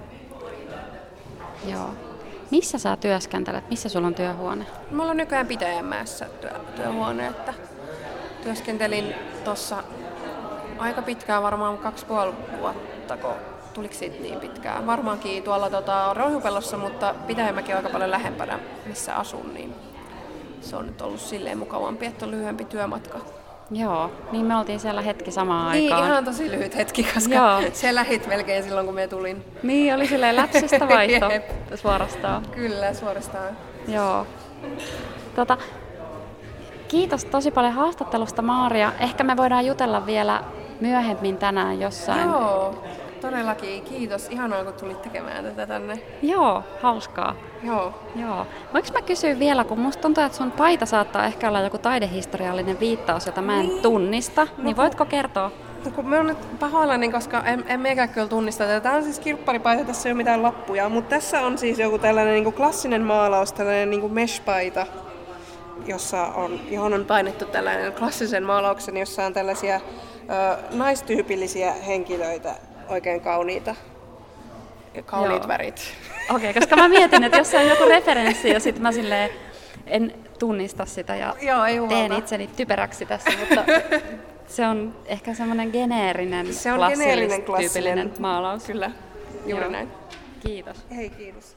Joo. Missä sä työskentelet? Missä sulla on työhuone? Mulla on nykyään Pitäjänmäessä työ, työhuone, että työskentelin tuossa aika pitkään, varmaan kaksi puoli vuotta, kun tuliko siitä niin pitkään. Varmaankin tuolla tota, Roihupellossa, mutta Pitäjänmäki on aika paljon lähempänä, missä asun, niin se on nyt ollut silleen mukavampi, että on lyhyempi työmatka. Joo, niin me oltiin siellä hetki samaan niin, aikaan. Ihan tosi lyhyt hetki, koska Joo. se lähit melkein silloin, kun me tulin. Niin, oli silleen läpsästä vaihto suorastaan. Kyllä, suorastaan. Joo. Tota, kiitos tosi paljon haastattelusta, Maaria. Ehkä me voidaan jutella vielä myöhemmin tänään jossain. Joo, todellakin. Kiitos. Ihanaa, kun tulit tekemään tätä tänne. Joo, hauskaa. Joo. Joo. Voinko mä kysyä vielä, kun musta tuntuu, että sun paita saattaa ehkä olla joku taidehistoriallinen viittaus, jota mä en niin. tunnista, no, niin voitko kertoa? No, kun mä oon nyt pahoillani, koska en, en mekään kyllä tunnista tätä. Tää on siis kirpparipaita, tässä ei ole mitään lappuja, mutta tässä on siis joku tällainen niin kuin klassinen maalaus, tällainen niin kuin mesh-paita, jossa on, johon on painettu tällainen klassisen maalauksen, jossa on tällaisia ö, naistyypillisiä henkilöitä, oikein kauniita, kauniit Joo. värit. Okei, okay, koska mä mietin, että jos on joku referenssi ja sit mä silleen en tunnista sitä ja Joo, ei teen itseni typeräksi tässä, mutta se on ehkä semmoinen geneerinen, se on geneerinen tyypillinen maalaus. Kyllä, juuri Joo. näin. Kiitos. Hei, kiitos.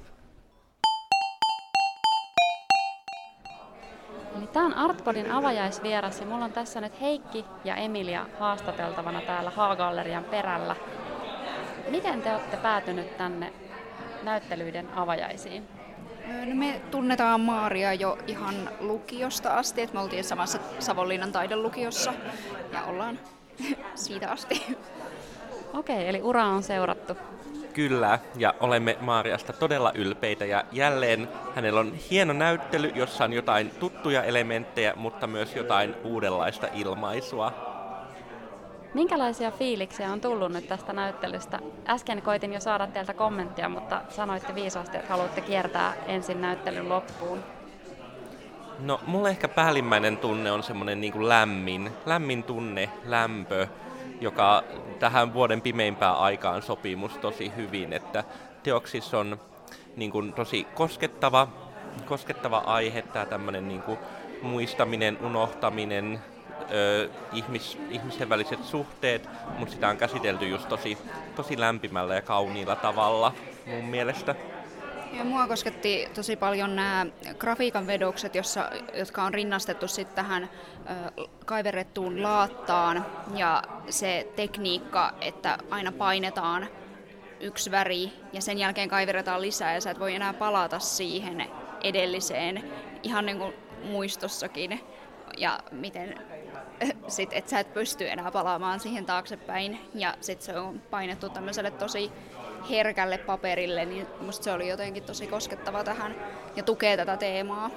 Eli tää on Artpodin avajaisvieras ja mulla on tässä nyt Heikki ja Emilia haastateltavana täällä Haagallerian perällä. Miten te olette päätynyt tänne näyttelyiden avajaisiin? No me tunnetaan Maaria jo ihan lukiosta asti, että me oltiin samassa Savonlinnan taidelukiossa ja ollaan siitä asti. Okei, eli ura on seurattu. Kyllä, ja olemme Maariasta todella ylpeitä ja jälleen hänellä on hieno näyttely, jossa on jotain tuttuja elementtejä, mutta myös jotain uudenlaista ilmaisua. Minkälaisia fiiliksiä on tullut nyt tästä näyttelystä? Äsken koitin jo saada teiltä kommenttia, mutta sanoitte viisaasti, että haluatte kiertää ensin näyttelyn loppuun. No, mulle ehkä päällimmäinen tunne on semmoinen niin kuin lämmin, lämmin tunne, lämpö, joka tähän vuoden pimeimpään aikaan sopii musta tosi hyvin, että teoksissa on niin kuin tosi koskettava, koskettava aihe, tämä tämmöinen niin kuin muistaminen, unohtaminen, Ö, ihmis, ihmisten väliset suhteet, mutta sitä on käsitelty just tosi, tosi lämpimällä ja kauniilla tavalla mun mielestä. Ja mua kosketti tosi paljon nämä grafiikan vedokset, jossa, jotka on rinnastettu sitten tähän ö, kaiverrettuun laattaan ja se tekniikka, että aina painetaan yksi väri ja sen jälkeen kaiverretaan lisää ja sä et voi enää palata siihen edelliseen ihan niin kuin muistossakin ja miten sit, et sä et pysty enää palaamaan siihen taaksepäin ja sit se on painettu tämmöiselle tosi herkälle paperille, niin musta se oli jotenkin tosi koskettava tähän ja tukee tätä teemaa.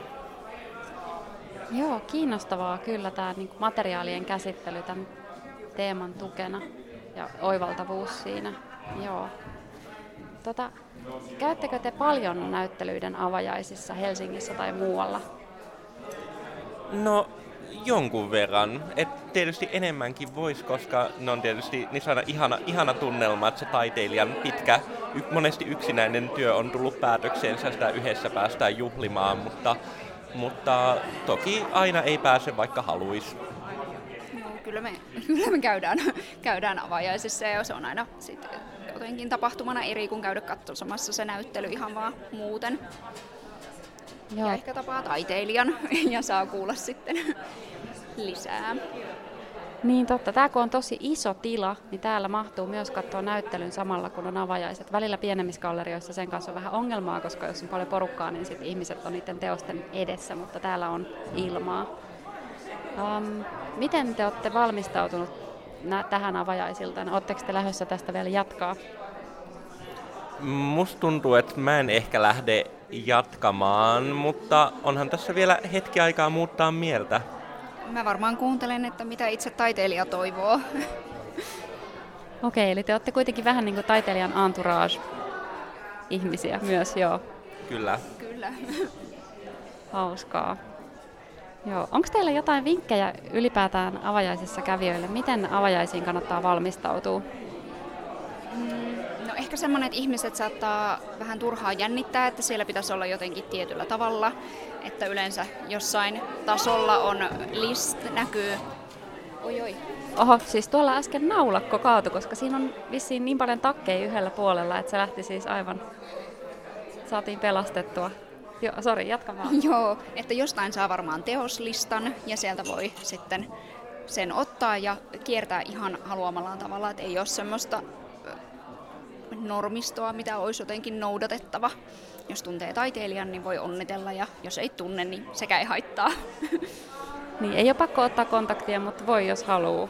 Joo, kiinnostavaa kyllä tämä niinku materiaalien käsittely tämän teeman tukena ja oivaltavuus siinä. Joo. Tota, käyttekö te paljon näyttelyiden avajaisissa Helsingissä tai muualla? No, jonkun verran. Et tietysti enemmänkin voisi, koska ne on tietysti niissä on ihana, ihana tunnelma, että se taiteilijan pitkä, y, monesti yksinäinen työ on tullut päätökseensä, sitä yhdessä päästään juhlimaan, mutta, mutta toki aina ei pääse vaikka haluisi. No, kyllä me, kyllä me käydään, käydään avajaisissa ja se on aina sit jotenkin tapahtumana eri kuin käydä katsomassa se näyttely ihan vaan muuten. Joo. Ja ehkä tapaa taiteilijan ja saa kuulla sitten lisää. Niin totta, tämä kun on tosi iso tila, niin täällä mahtuu myös katsoa näyttelyn samalla kun on avajaiset. Välillä pienemmissä gallerioissa sen kanssa on vähän ongelmaa, koska jos on paljon porukkaa, niin sit ihmiset on niiden teosten edessä, mutta täällä on ilmaa. Um, miten te olette valmistautunut nä- tähän avajaisiltaan? Oletteko te lähdössä tästä vielä jatkaa? Musta tuntuu, että mä en ehkä lähde jatkamaan, mutta onhan tässä vielä hetki aikaa muuttaa mieltä. Mä varmaan kuuntelen, että mitä itse taiteilija toivoo. Okei, eli te olette kuitenkin vähän niin kuin taiteilijan entourage-ihmisiä myös, joo. Kyllä. Kyllä. Hauskaa. Joo. Onko teillä jotain vinkkejä ylipäätään avajaisissa kävijöille? Miten avajaisiin kannattaa valmistautua? No ehkä semmoinen, että ihmiset saattaa vähän turhaa jännittää, että siellä pitäisi olla jotenkin tietyllä tavalla. Että yleensä jossain tasolla on list, näkyy Oi oi. Oho, siis tuolla äsken naulakko kaatui, koska siinä on vissiin niin paljon takkeja yhdellä puolella, että se lähti siis aivan, saatiin pelastettua. Joo, sori, jatka vaan. Joo, että jostain saa varmaan teoslistan ja sieltä voi sitten sen ottaa ja kiertää ihan haluamallaan tavalla, että ei ole semmoista normistoa, mitä olisi jotenkin noudatettava. Jos tuntee taiteilijan, niin voi onnitella ja jos ei tunne, niin sekä ei haittaa. Niin, ei ole pakko ottaa kontaktia, mutta voi jos haluaa.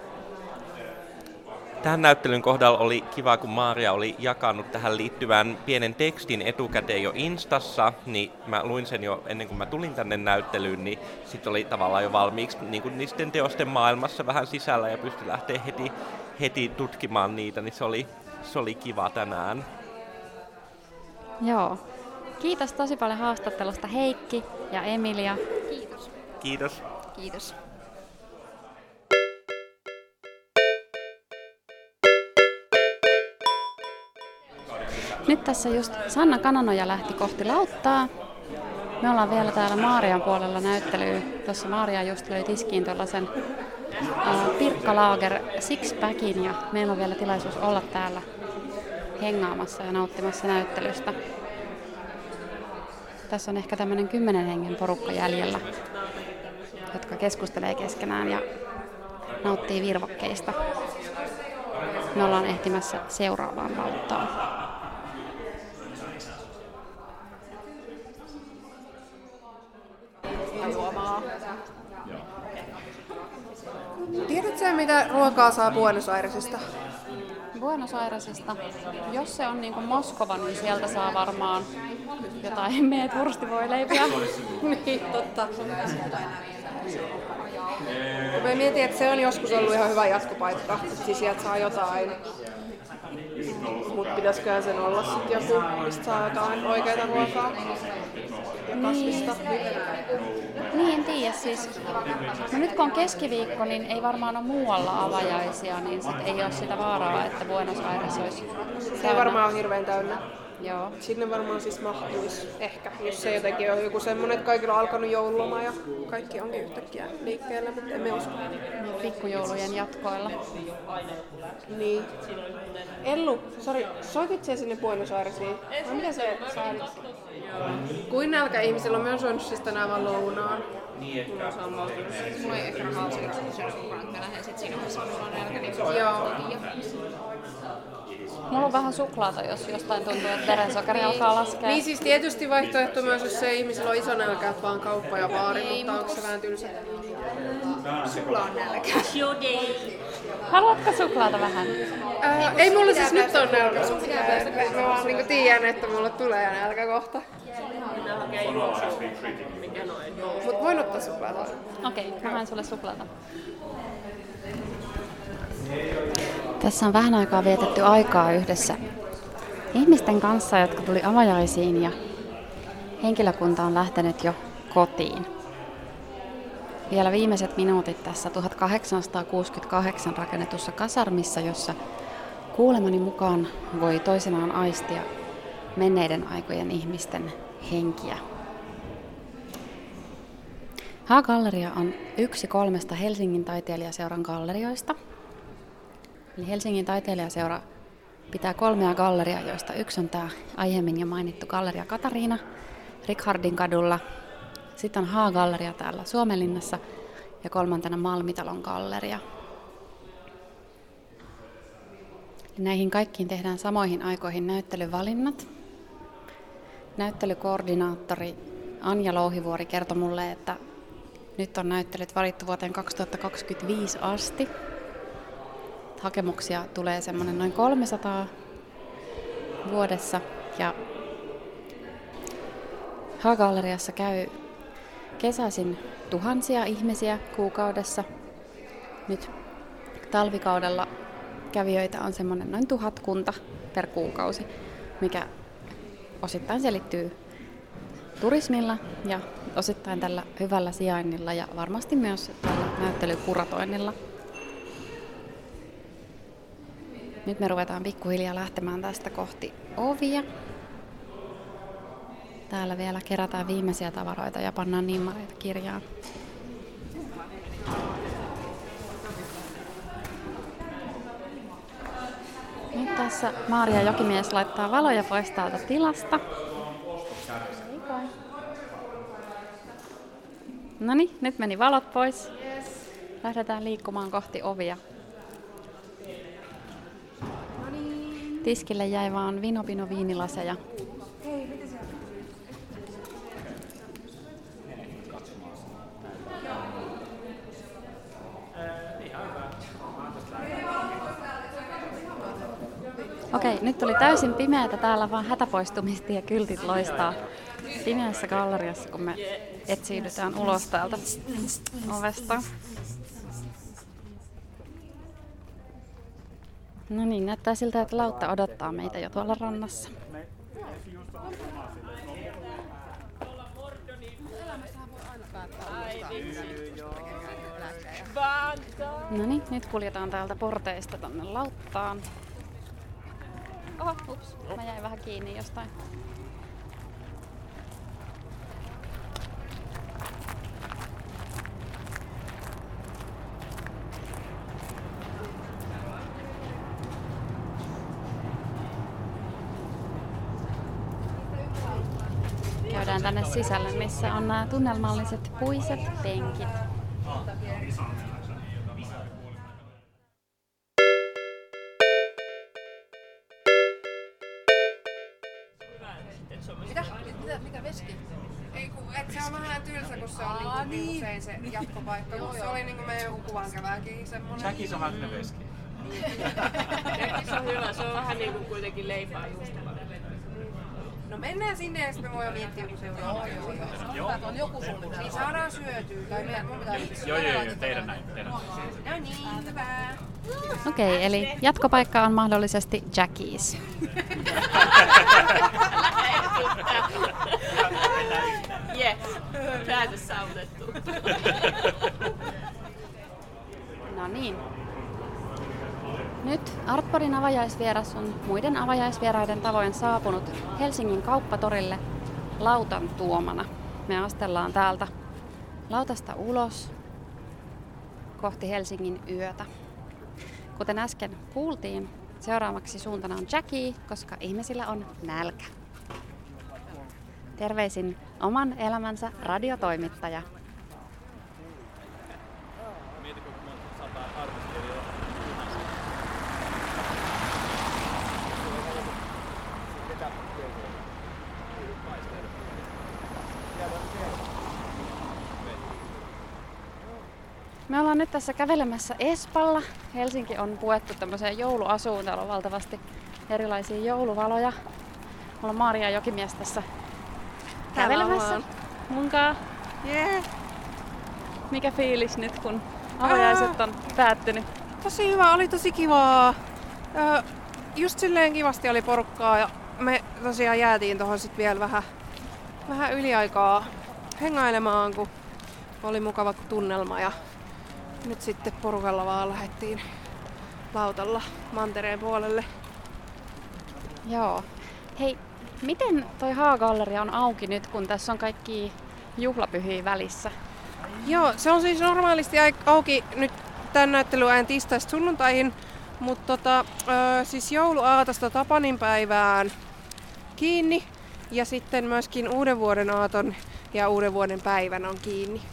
Tähän näyttelyn kohdalla oli kiva, kun Maria oli jakanut tähän liittyvän pienen tekstin etukäteen jo Instassa, niin mä luin sen jo ennen kuin mä tulin tänne näyttelyyn, niin sit oli tavallaan jo valmiiksi niin kuin niiden teosten maailmassa vähän sisällä ja pystyi lähteä heti, heti tutkimaan niitä, niin se oli, se oli kiva tänään. Joo. Kiitos tosi paljon haastattelusta Heikki ja Emilia. Kiitos. Kiitos. Kiitos. Nyt tässä just Sanna Kananoja lähti kohti lauttaa. Me ollaan vielä täällä Maarian puolella näyttelyä. Tuossa Maaria just löi tiskiin tuollaisen uh, Pirkka Lager six-packin ja meillä on vielä tilaisuus olla täällä hengaamassa ja nauttimassa näyttelystä. Tässä on ehkä tämmöinen kymmenen hengen porukka jäljellä, jotka keskustelee keskenään ja nauttii virvokkeista. Me ollaan ehtimässä seuraavaan lauttaan. Tiedätkö mitä ruokaa saa Buenos Airesista? Buenos Airesista, jos se on niin kuin Moskova, niin sieltä saa varmaan jotain meet wurstivoileipiä. Niin, totta. Mä mietin, että se on joskus ollut ihan hyvä jatkopaikka, siis sieltä saa jotain. Mut pitäisiköhän sen olla sitten joku, mistä saa jotain oikeaa ruokaa ja kasvista. Niin, en tiedä. Siis, no nyt kun on keskiviikko, niin ei varmaan ole muualla avajaisia, niin sit ei ole sitä vaaraa, että Buenos Aires olisi Se ei varmaan ole hirveän täynnä. Joo. Sinne varmaan siis mahtuisi ehkä, jos se jotenkin on joku semmonen, että kaikilla on alkanut joululoma ja kaikki onkin yhtäkkiä liikkeellä, mutta emme usko. Pikkujoulujen jatkoilla. Niin. Ellu, sori, soitit sä sinne Buenos Airesiin? Vai mitä se saalit? Kuin nälkä ihmisillä on myös syönyt siis tänään vaan lounaan. Mulla on sama. Mulla ei ehkä rahaa sillä, kun mä lähden sit siinä vaiheessa, mulla on nälkä, niin joo. Mulla on vähän suklaata, jos jostain tuntuu, että verensokeri alkaa laskea. Niin siis tietysti vaihtoehto myös, jos se ihmisellä on iso nälkä, että vaan kauppa ja baari, ei, mutta onko se vähän tylsä? Suklaan nälkä. Haluatko suklaata vähän? Ää, ei mulla siis nyt on nälkä. Mä vaan niinku tiedän, että mulla tulee nälkä kohta. Mut voin ottaa suklaata. Okei, okay, mä haen sulle suklaata. Tässä on vähän aikaa vietetty aikaa yhdessä ihmisten kanssa, jotka tuli avajaisiin ja henkilökunta on lähtenyt jo kotiin. Vielä viimeiset minuutit tässä tuhatkahdeksansataakuusikymmentäkahdeksan rakennetussa kasarmissa, jossa kuulemani mukaan voi toisinaan aistia menneiden aikojen ihmisten henkiä. H-galleria on yksi kolmesta Helsingin taiteilijaseuran gallerioista. Eli Helsingin taiteilijaseura pitää kolmea galleriaa, joista yksi on tämä aiemmin jo mainittu Galleria Katariina Richardin kadulla. Sitten on H-galleria täällä Suomenlinnassa ja kolmantena Malmitalon galleria. Eli näihin kaikkiin tehdään samoihin aikoihin näyttelyvalinnat. Näyttelykoordinaattori Anja Louhivuori kertoi mulle, että nyt on näyttelyt valittu vuoteen kaksituhattakaksikymmentäviisi asti. Hakemuksia tulee semmoinen noin kolmesataa vuodessa ja H-galleriassa käy kesäisin tuhansia ihmisiä kuukaudessa. Nyt talvikaudella kävijöitä on semmoinen noin tuhatkunta per kuukausi, mikä osittain selittyy turismilla ja osittain tällä hyvällä sijainnilla ja varmasti myös tällä näyttelykuratoinnilla. Nyt me ruvetaan pikkuhiljaa lähtemään tästä kohti ovia. Täällä vielä kerätään viimeisiä tavaroita ja pannaan nimmareita kirjaan. Nyt tässä Maaria Jokimies laittaa valoja pois täältä tilasta. Noniin, nyt meni valot pois. Lähdetään liikkumaan kohti ovia. Tiskille jäi vaan Vinopino viinilaseja. Okei, nyt tuli täysin pimeätä. Täällä vaan hätäpoistumistie kyltit loistaa pimeässä galleriassa, kun me etsiydytään ulos täältä ovesta. No niin, näyttää siltä, että lautta odottaa meitä jo tuolla rannassa. No niin, nyt kuljetaan täältä porteista tonne lauttaan. Oho, ups, mä jäin vähän kiinni jostain. Käydään tänne sisälle, missä on nämä tunnelmalliset puiset penkit. Mitä? Mitä? Mikä veski? Ei kun, et se on vähän tylsä, kun se on Aa, niinku, niin. usein se jatkopaikka, kun se oli niinku meidän joku kuvankäväkin semmonen. Jackies on hakne veski. Jackies on hyvä, se on vähän niinku kuitenkin leipää juustolla. No mennään sinne ja sitten me voidaan miettiä joku seuraava. Joo, joo, joo. On joku suunnitelma. Niin saadaan syötyä. Tai meidän, mun pitää itse. Joo, joo, joo, teidän näin. Teidän. No niin, hyvä. Okei, okay, eli jatkopaikka on mahdollisesti Jackies. Jep, päätös saavutettu. No niin. Nyt Artporin avajaisvieras on muiden avajaisvieraiden tavoin saapunut Helsingin kauppatorille lautan tuomana. Me astellaan täältä lautasta ulos kohti Helsingin yötä. Kuten äsken kuultiin, seuraavaksi suuntana on Jackie, koska ihmisillä on nälkä. Terveisin oman elämänsä radiotoimittaja. Me ollaan nyt tässä kävelemässä Espalla. Helsinki on puettu tämmöiseen jouluasuun. Täällä on valtavasti erilaisia jouluvaloja. Mulla on Maaria Jokimies tässä kävelemässä munkaan. Yeah. Mikä fiilis nyt, kun avajaiset on päättynyt? Tosi hyvä, oli tosi kivaa. Just silleen kivasti oli porukkaa ja me tosiaan jäätiin tohon sit vielä vähän, vähän yliaikaa hengailemaan, kun oli mukava tunnelma ja nyt sitten porukalla vaan lähdettiin lautalla mantereen puolelle. Joo. Hei, miten toi Haagalleria on auki nyt, kun tässä on kaikki juhlapyhiä välissä? Joo, se on siis normaalisti auki nyt tämän näyttelyajan tiistaista sunnuntaihin, mutta tota, siis jouluaatosta Tapaninpäivään kiinni ja sitten myöskin uuden vuoden aaton ja uuden vuoden päivän on kiinni.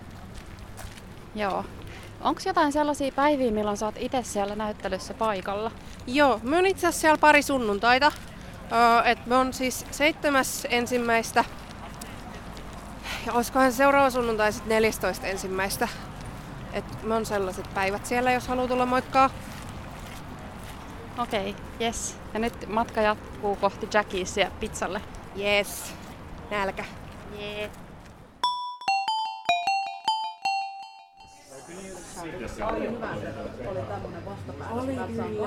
Joo. Onko jotain sellaisia päiviä, milloin sä oot itse siellä näyttelyssä paikalla? Joo, me on itse asiassa siellä pari sunnuntaita. Öö, et me on siis seitsemäs ensimmäistä ja olisikohan seuraava sunnuntai sitten neljästoista ensimmäistä. Et me on sellaiset päivät siellä, jos haluaa tulla moikkaa. Okei, okay, yes. Ja nyt matka jatkuu kohti Jackiesia pizzalle. Yes. Nälkä. Yeah. Oli hyvä, se oli tämmönen vastapäätä. Oli kyllä.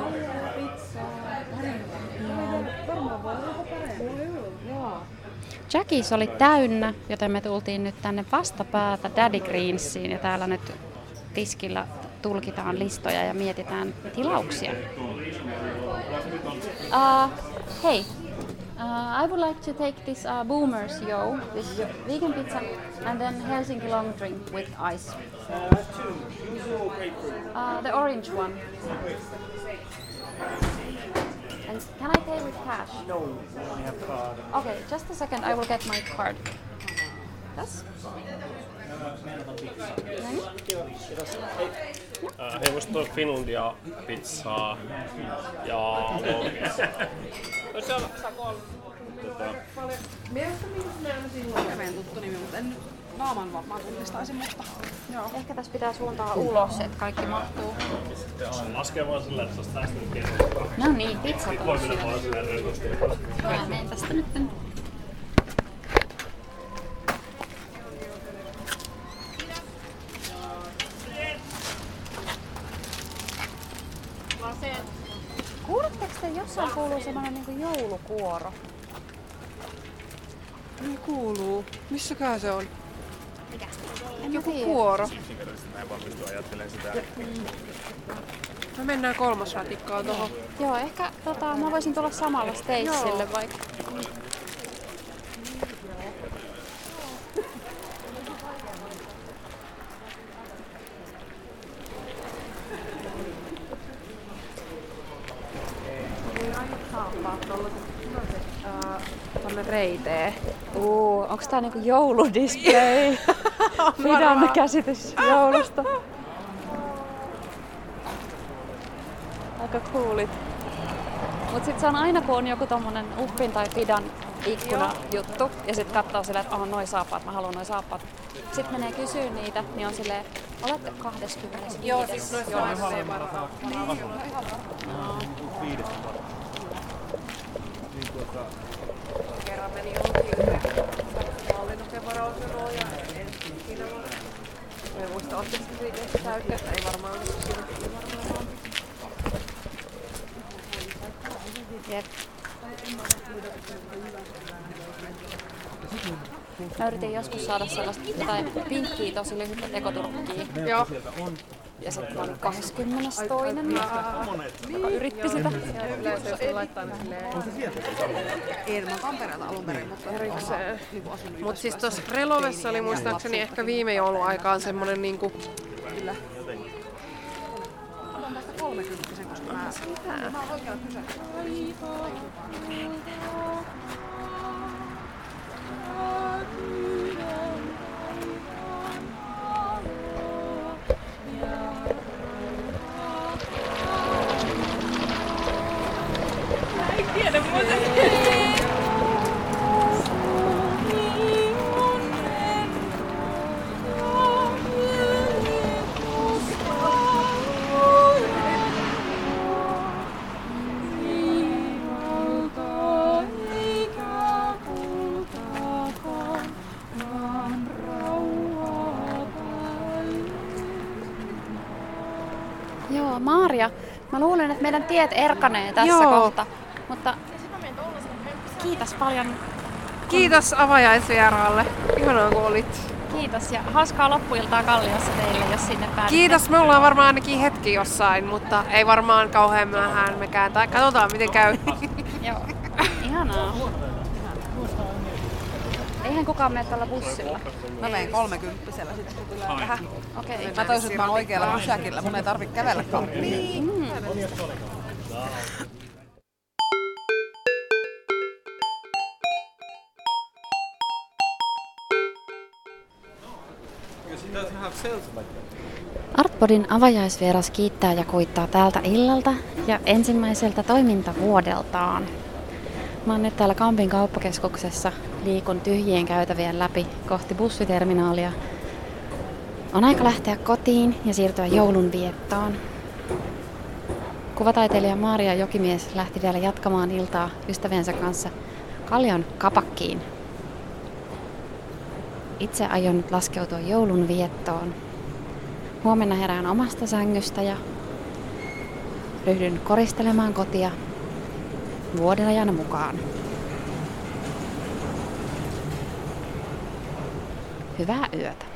Varmaan voi olla parempi. Joo. Jackies oli täynnä, joten me tultiin nyt tänne vastapäätä Daddy Greensiin ja täällä nyt tiskillä tulkitaan listoja ja mietitään tilauksia. Uh, hei, uh, I would like to take this uh, Boomers Yo, this vegan pizza, and then Helsinki long drink with ice. Uh, the orange one. And can I pay with cash? No, we have card. Okay, just a second, I will get my card. Yes? Äh, he voisivat tuoda Finlandia pizzaa ja lonkis. Mielestäni se on silloin meidän tuttu nimi, mutta en nyt naaman varmaan tunnistaisi, mutta joo. Ehkä tässä pitää suuntaa ulos, että kaikki mahtuu. Laskee vaan sillä, että se olisi tästä nyt kiinni. No niin, pizza Voi mennä vaan silleen röykosti. Mä menen tästä nyt. Kuuletteko te, jossain kuuluu semmoinen niinku joulukuoro? Niin kuuluu. Missäkään se on? Mikä? En Joku tiedä. kuoro. Yksinkertaisesti mä en vaan pysty ajattelemaan sitä. Me mennään kolmas ratikkaan tohon. Joo, ehkä tota, mä voisin tulla samalla Stacelle vaikka. Tonne reiteen. Uu, onks tää niinku jouludisplay? Fidan käsitys joulusta. Aika coolit. Mut sit se on aina kun on joku tommonen Uppin tai Fidan ikkuna juttu ja sit katsoo silleen, että oh, noi saappaat, mä haluan noi saappaat. Sit menee kysyä niitä, niin on silleen, olette kaksikymmentäviisi. Joo, siis noissa on aina ei varaa. Kerran meni johonkin hallituksen varausjonoon ja en ikinä vaan. Mä en muista, ottiko se siitä täykkästä, ei varmaan ole siinä varmaan. Jep. Mä yritin joskus saada sellaista jotain pinkkiä tosi lyhyttä tekoturkkiä. Joo. Ja sitten mä olin kahdeskymmenestoinen, joka yritti sitä. Yleensä jos laittaa ne silleen Ei, mä oon Tampereelta alun perin, mutta erikseen. niinku asunut Mut siis tossa Relovessa oli muistaakseni ehkä viime jouluaikaan semmonen niinku... Kyllä. Otan tästä kolmekymppisen, koska mä, mä oon oikealla pysähtynyt. Tiedä muuten. Joo, Maaria, mä luulen, että meidän tiet erkanee tässä Joo. kohta. Mutta kiitos paljon. Kiitos avajaisvieraalle. Ihanaa kun olit. Kiitos ja hauskaa loppuiltaa Kalliossa teille, jos sinne pääsette. Kiitos, me ollaan varmaan ainakin hetki jossain, mutta ei varmaan kauhean myöhään mekään. Tai katsotaan miten käy. Joo, ihanaa. Eihän kukaan mene tällä bussilla. Mä menen kolmekymppisellä sitten, kun tulee tähän. Okei. Okay. Mä toisin, että mä oon oikealla pysäkillä, mun ei tarvitse kävellä kamppiin. Mm. Artpodin avajaisvieras kiittää ja kuittaa tältä illalta ja ensimmäiseltä toimintavuodeltaan. Mä oon nyt täällä Kampin kauppakeskuksessa, liikun tyhjien käytävien läpi kohti bussiterminaalia. On aika lähteä kotiin ja siirtyä joulun viettoon. Kuvataiteilija Maaria Jokimies lähti vielä jatkamaan iltaa ystäviensä kanssa Kallion kapakkiin. Itse aion nyt laskeutua joulun viettoon. Huomenna herään omasta sängystä ja ryhdyn koristelemaan kotia vuodenajana mukaan. Hyvää yötä.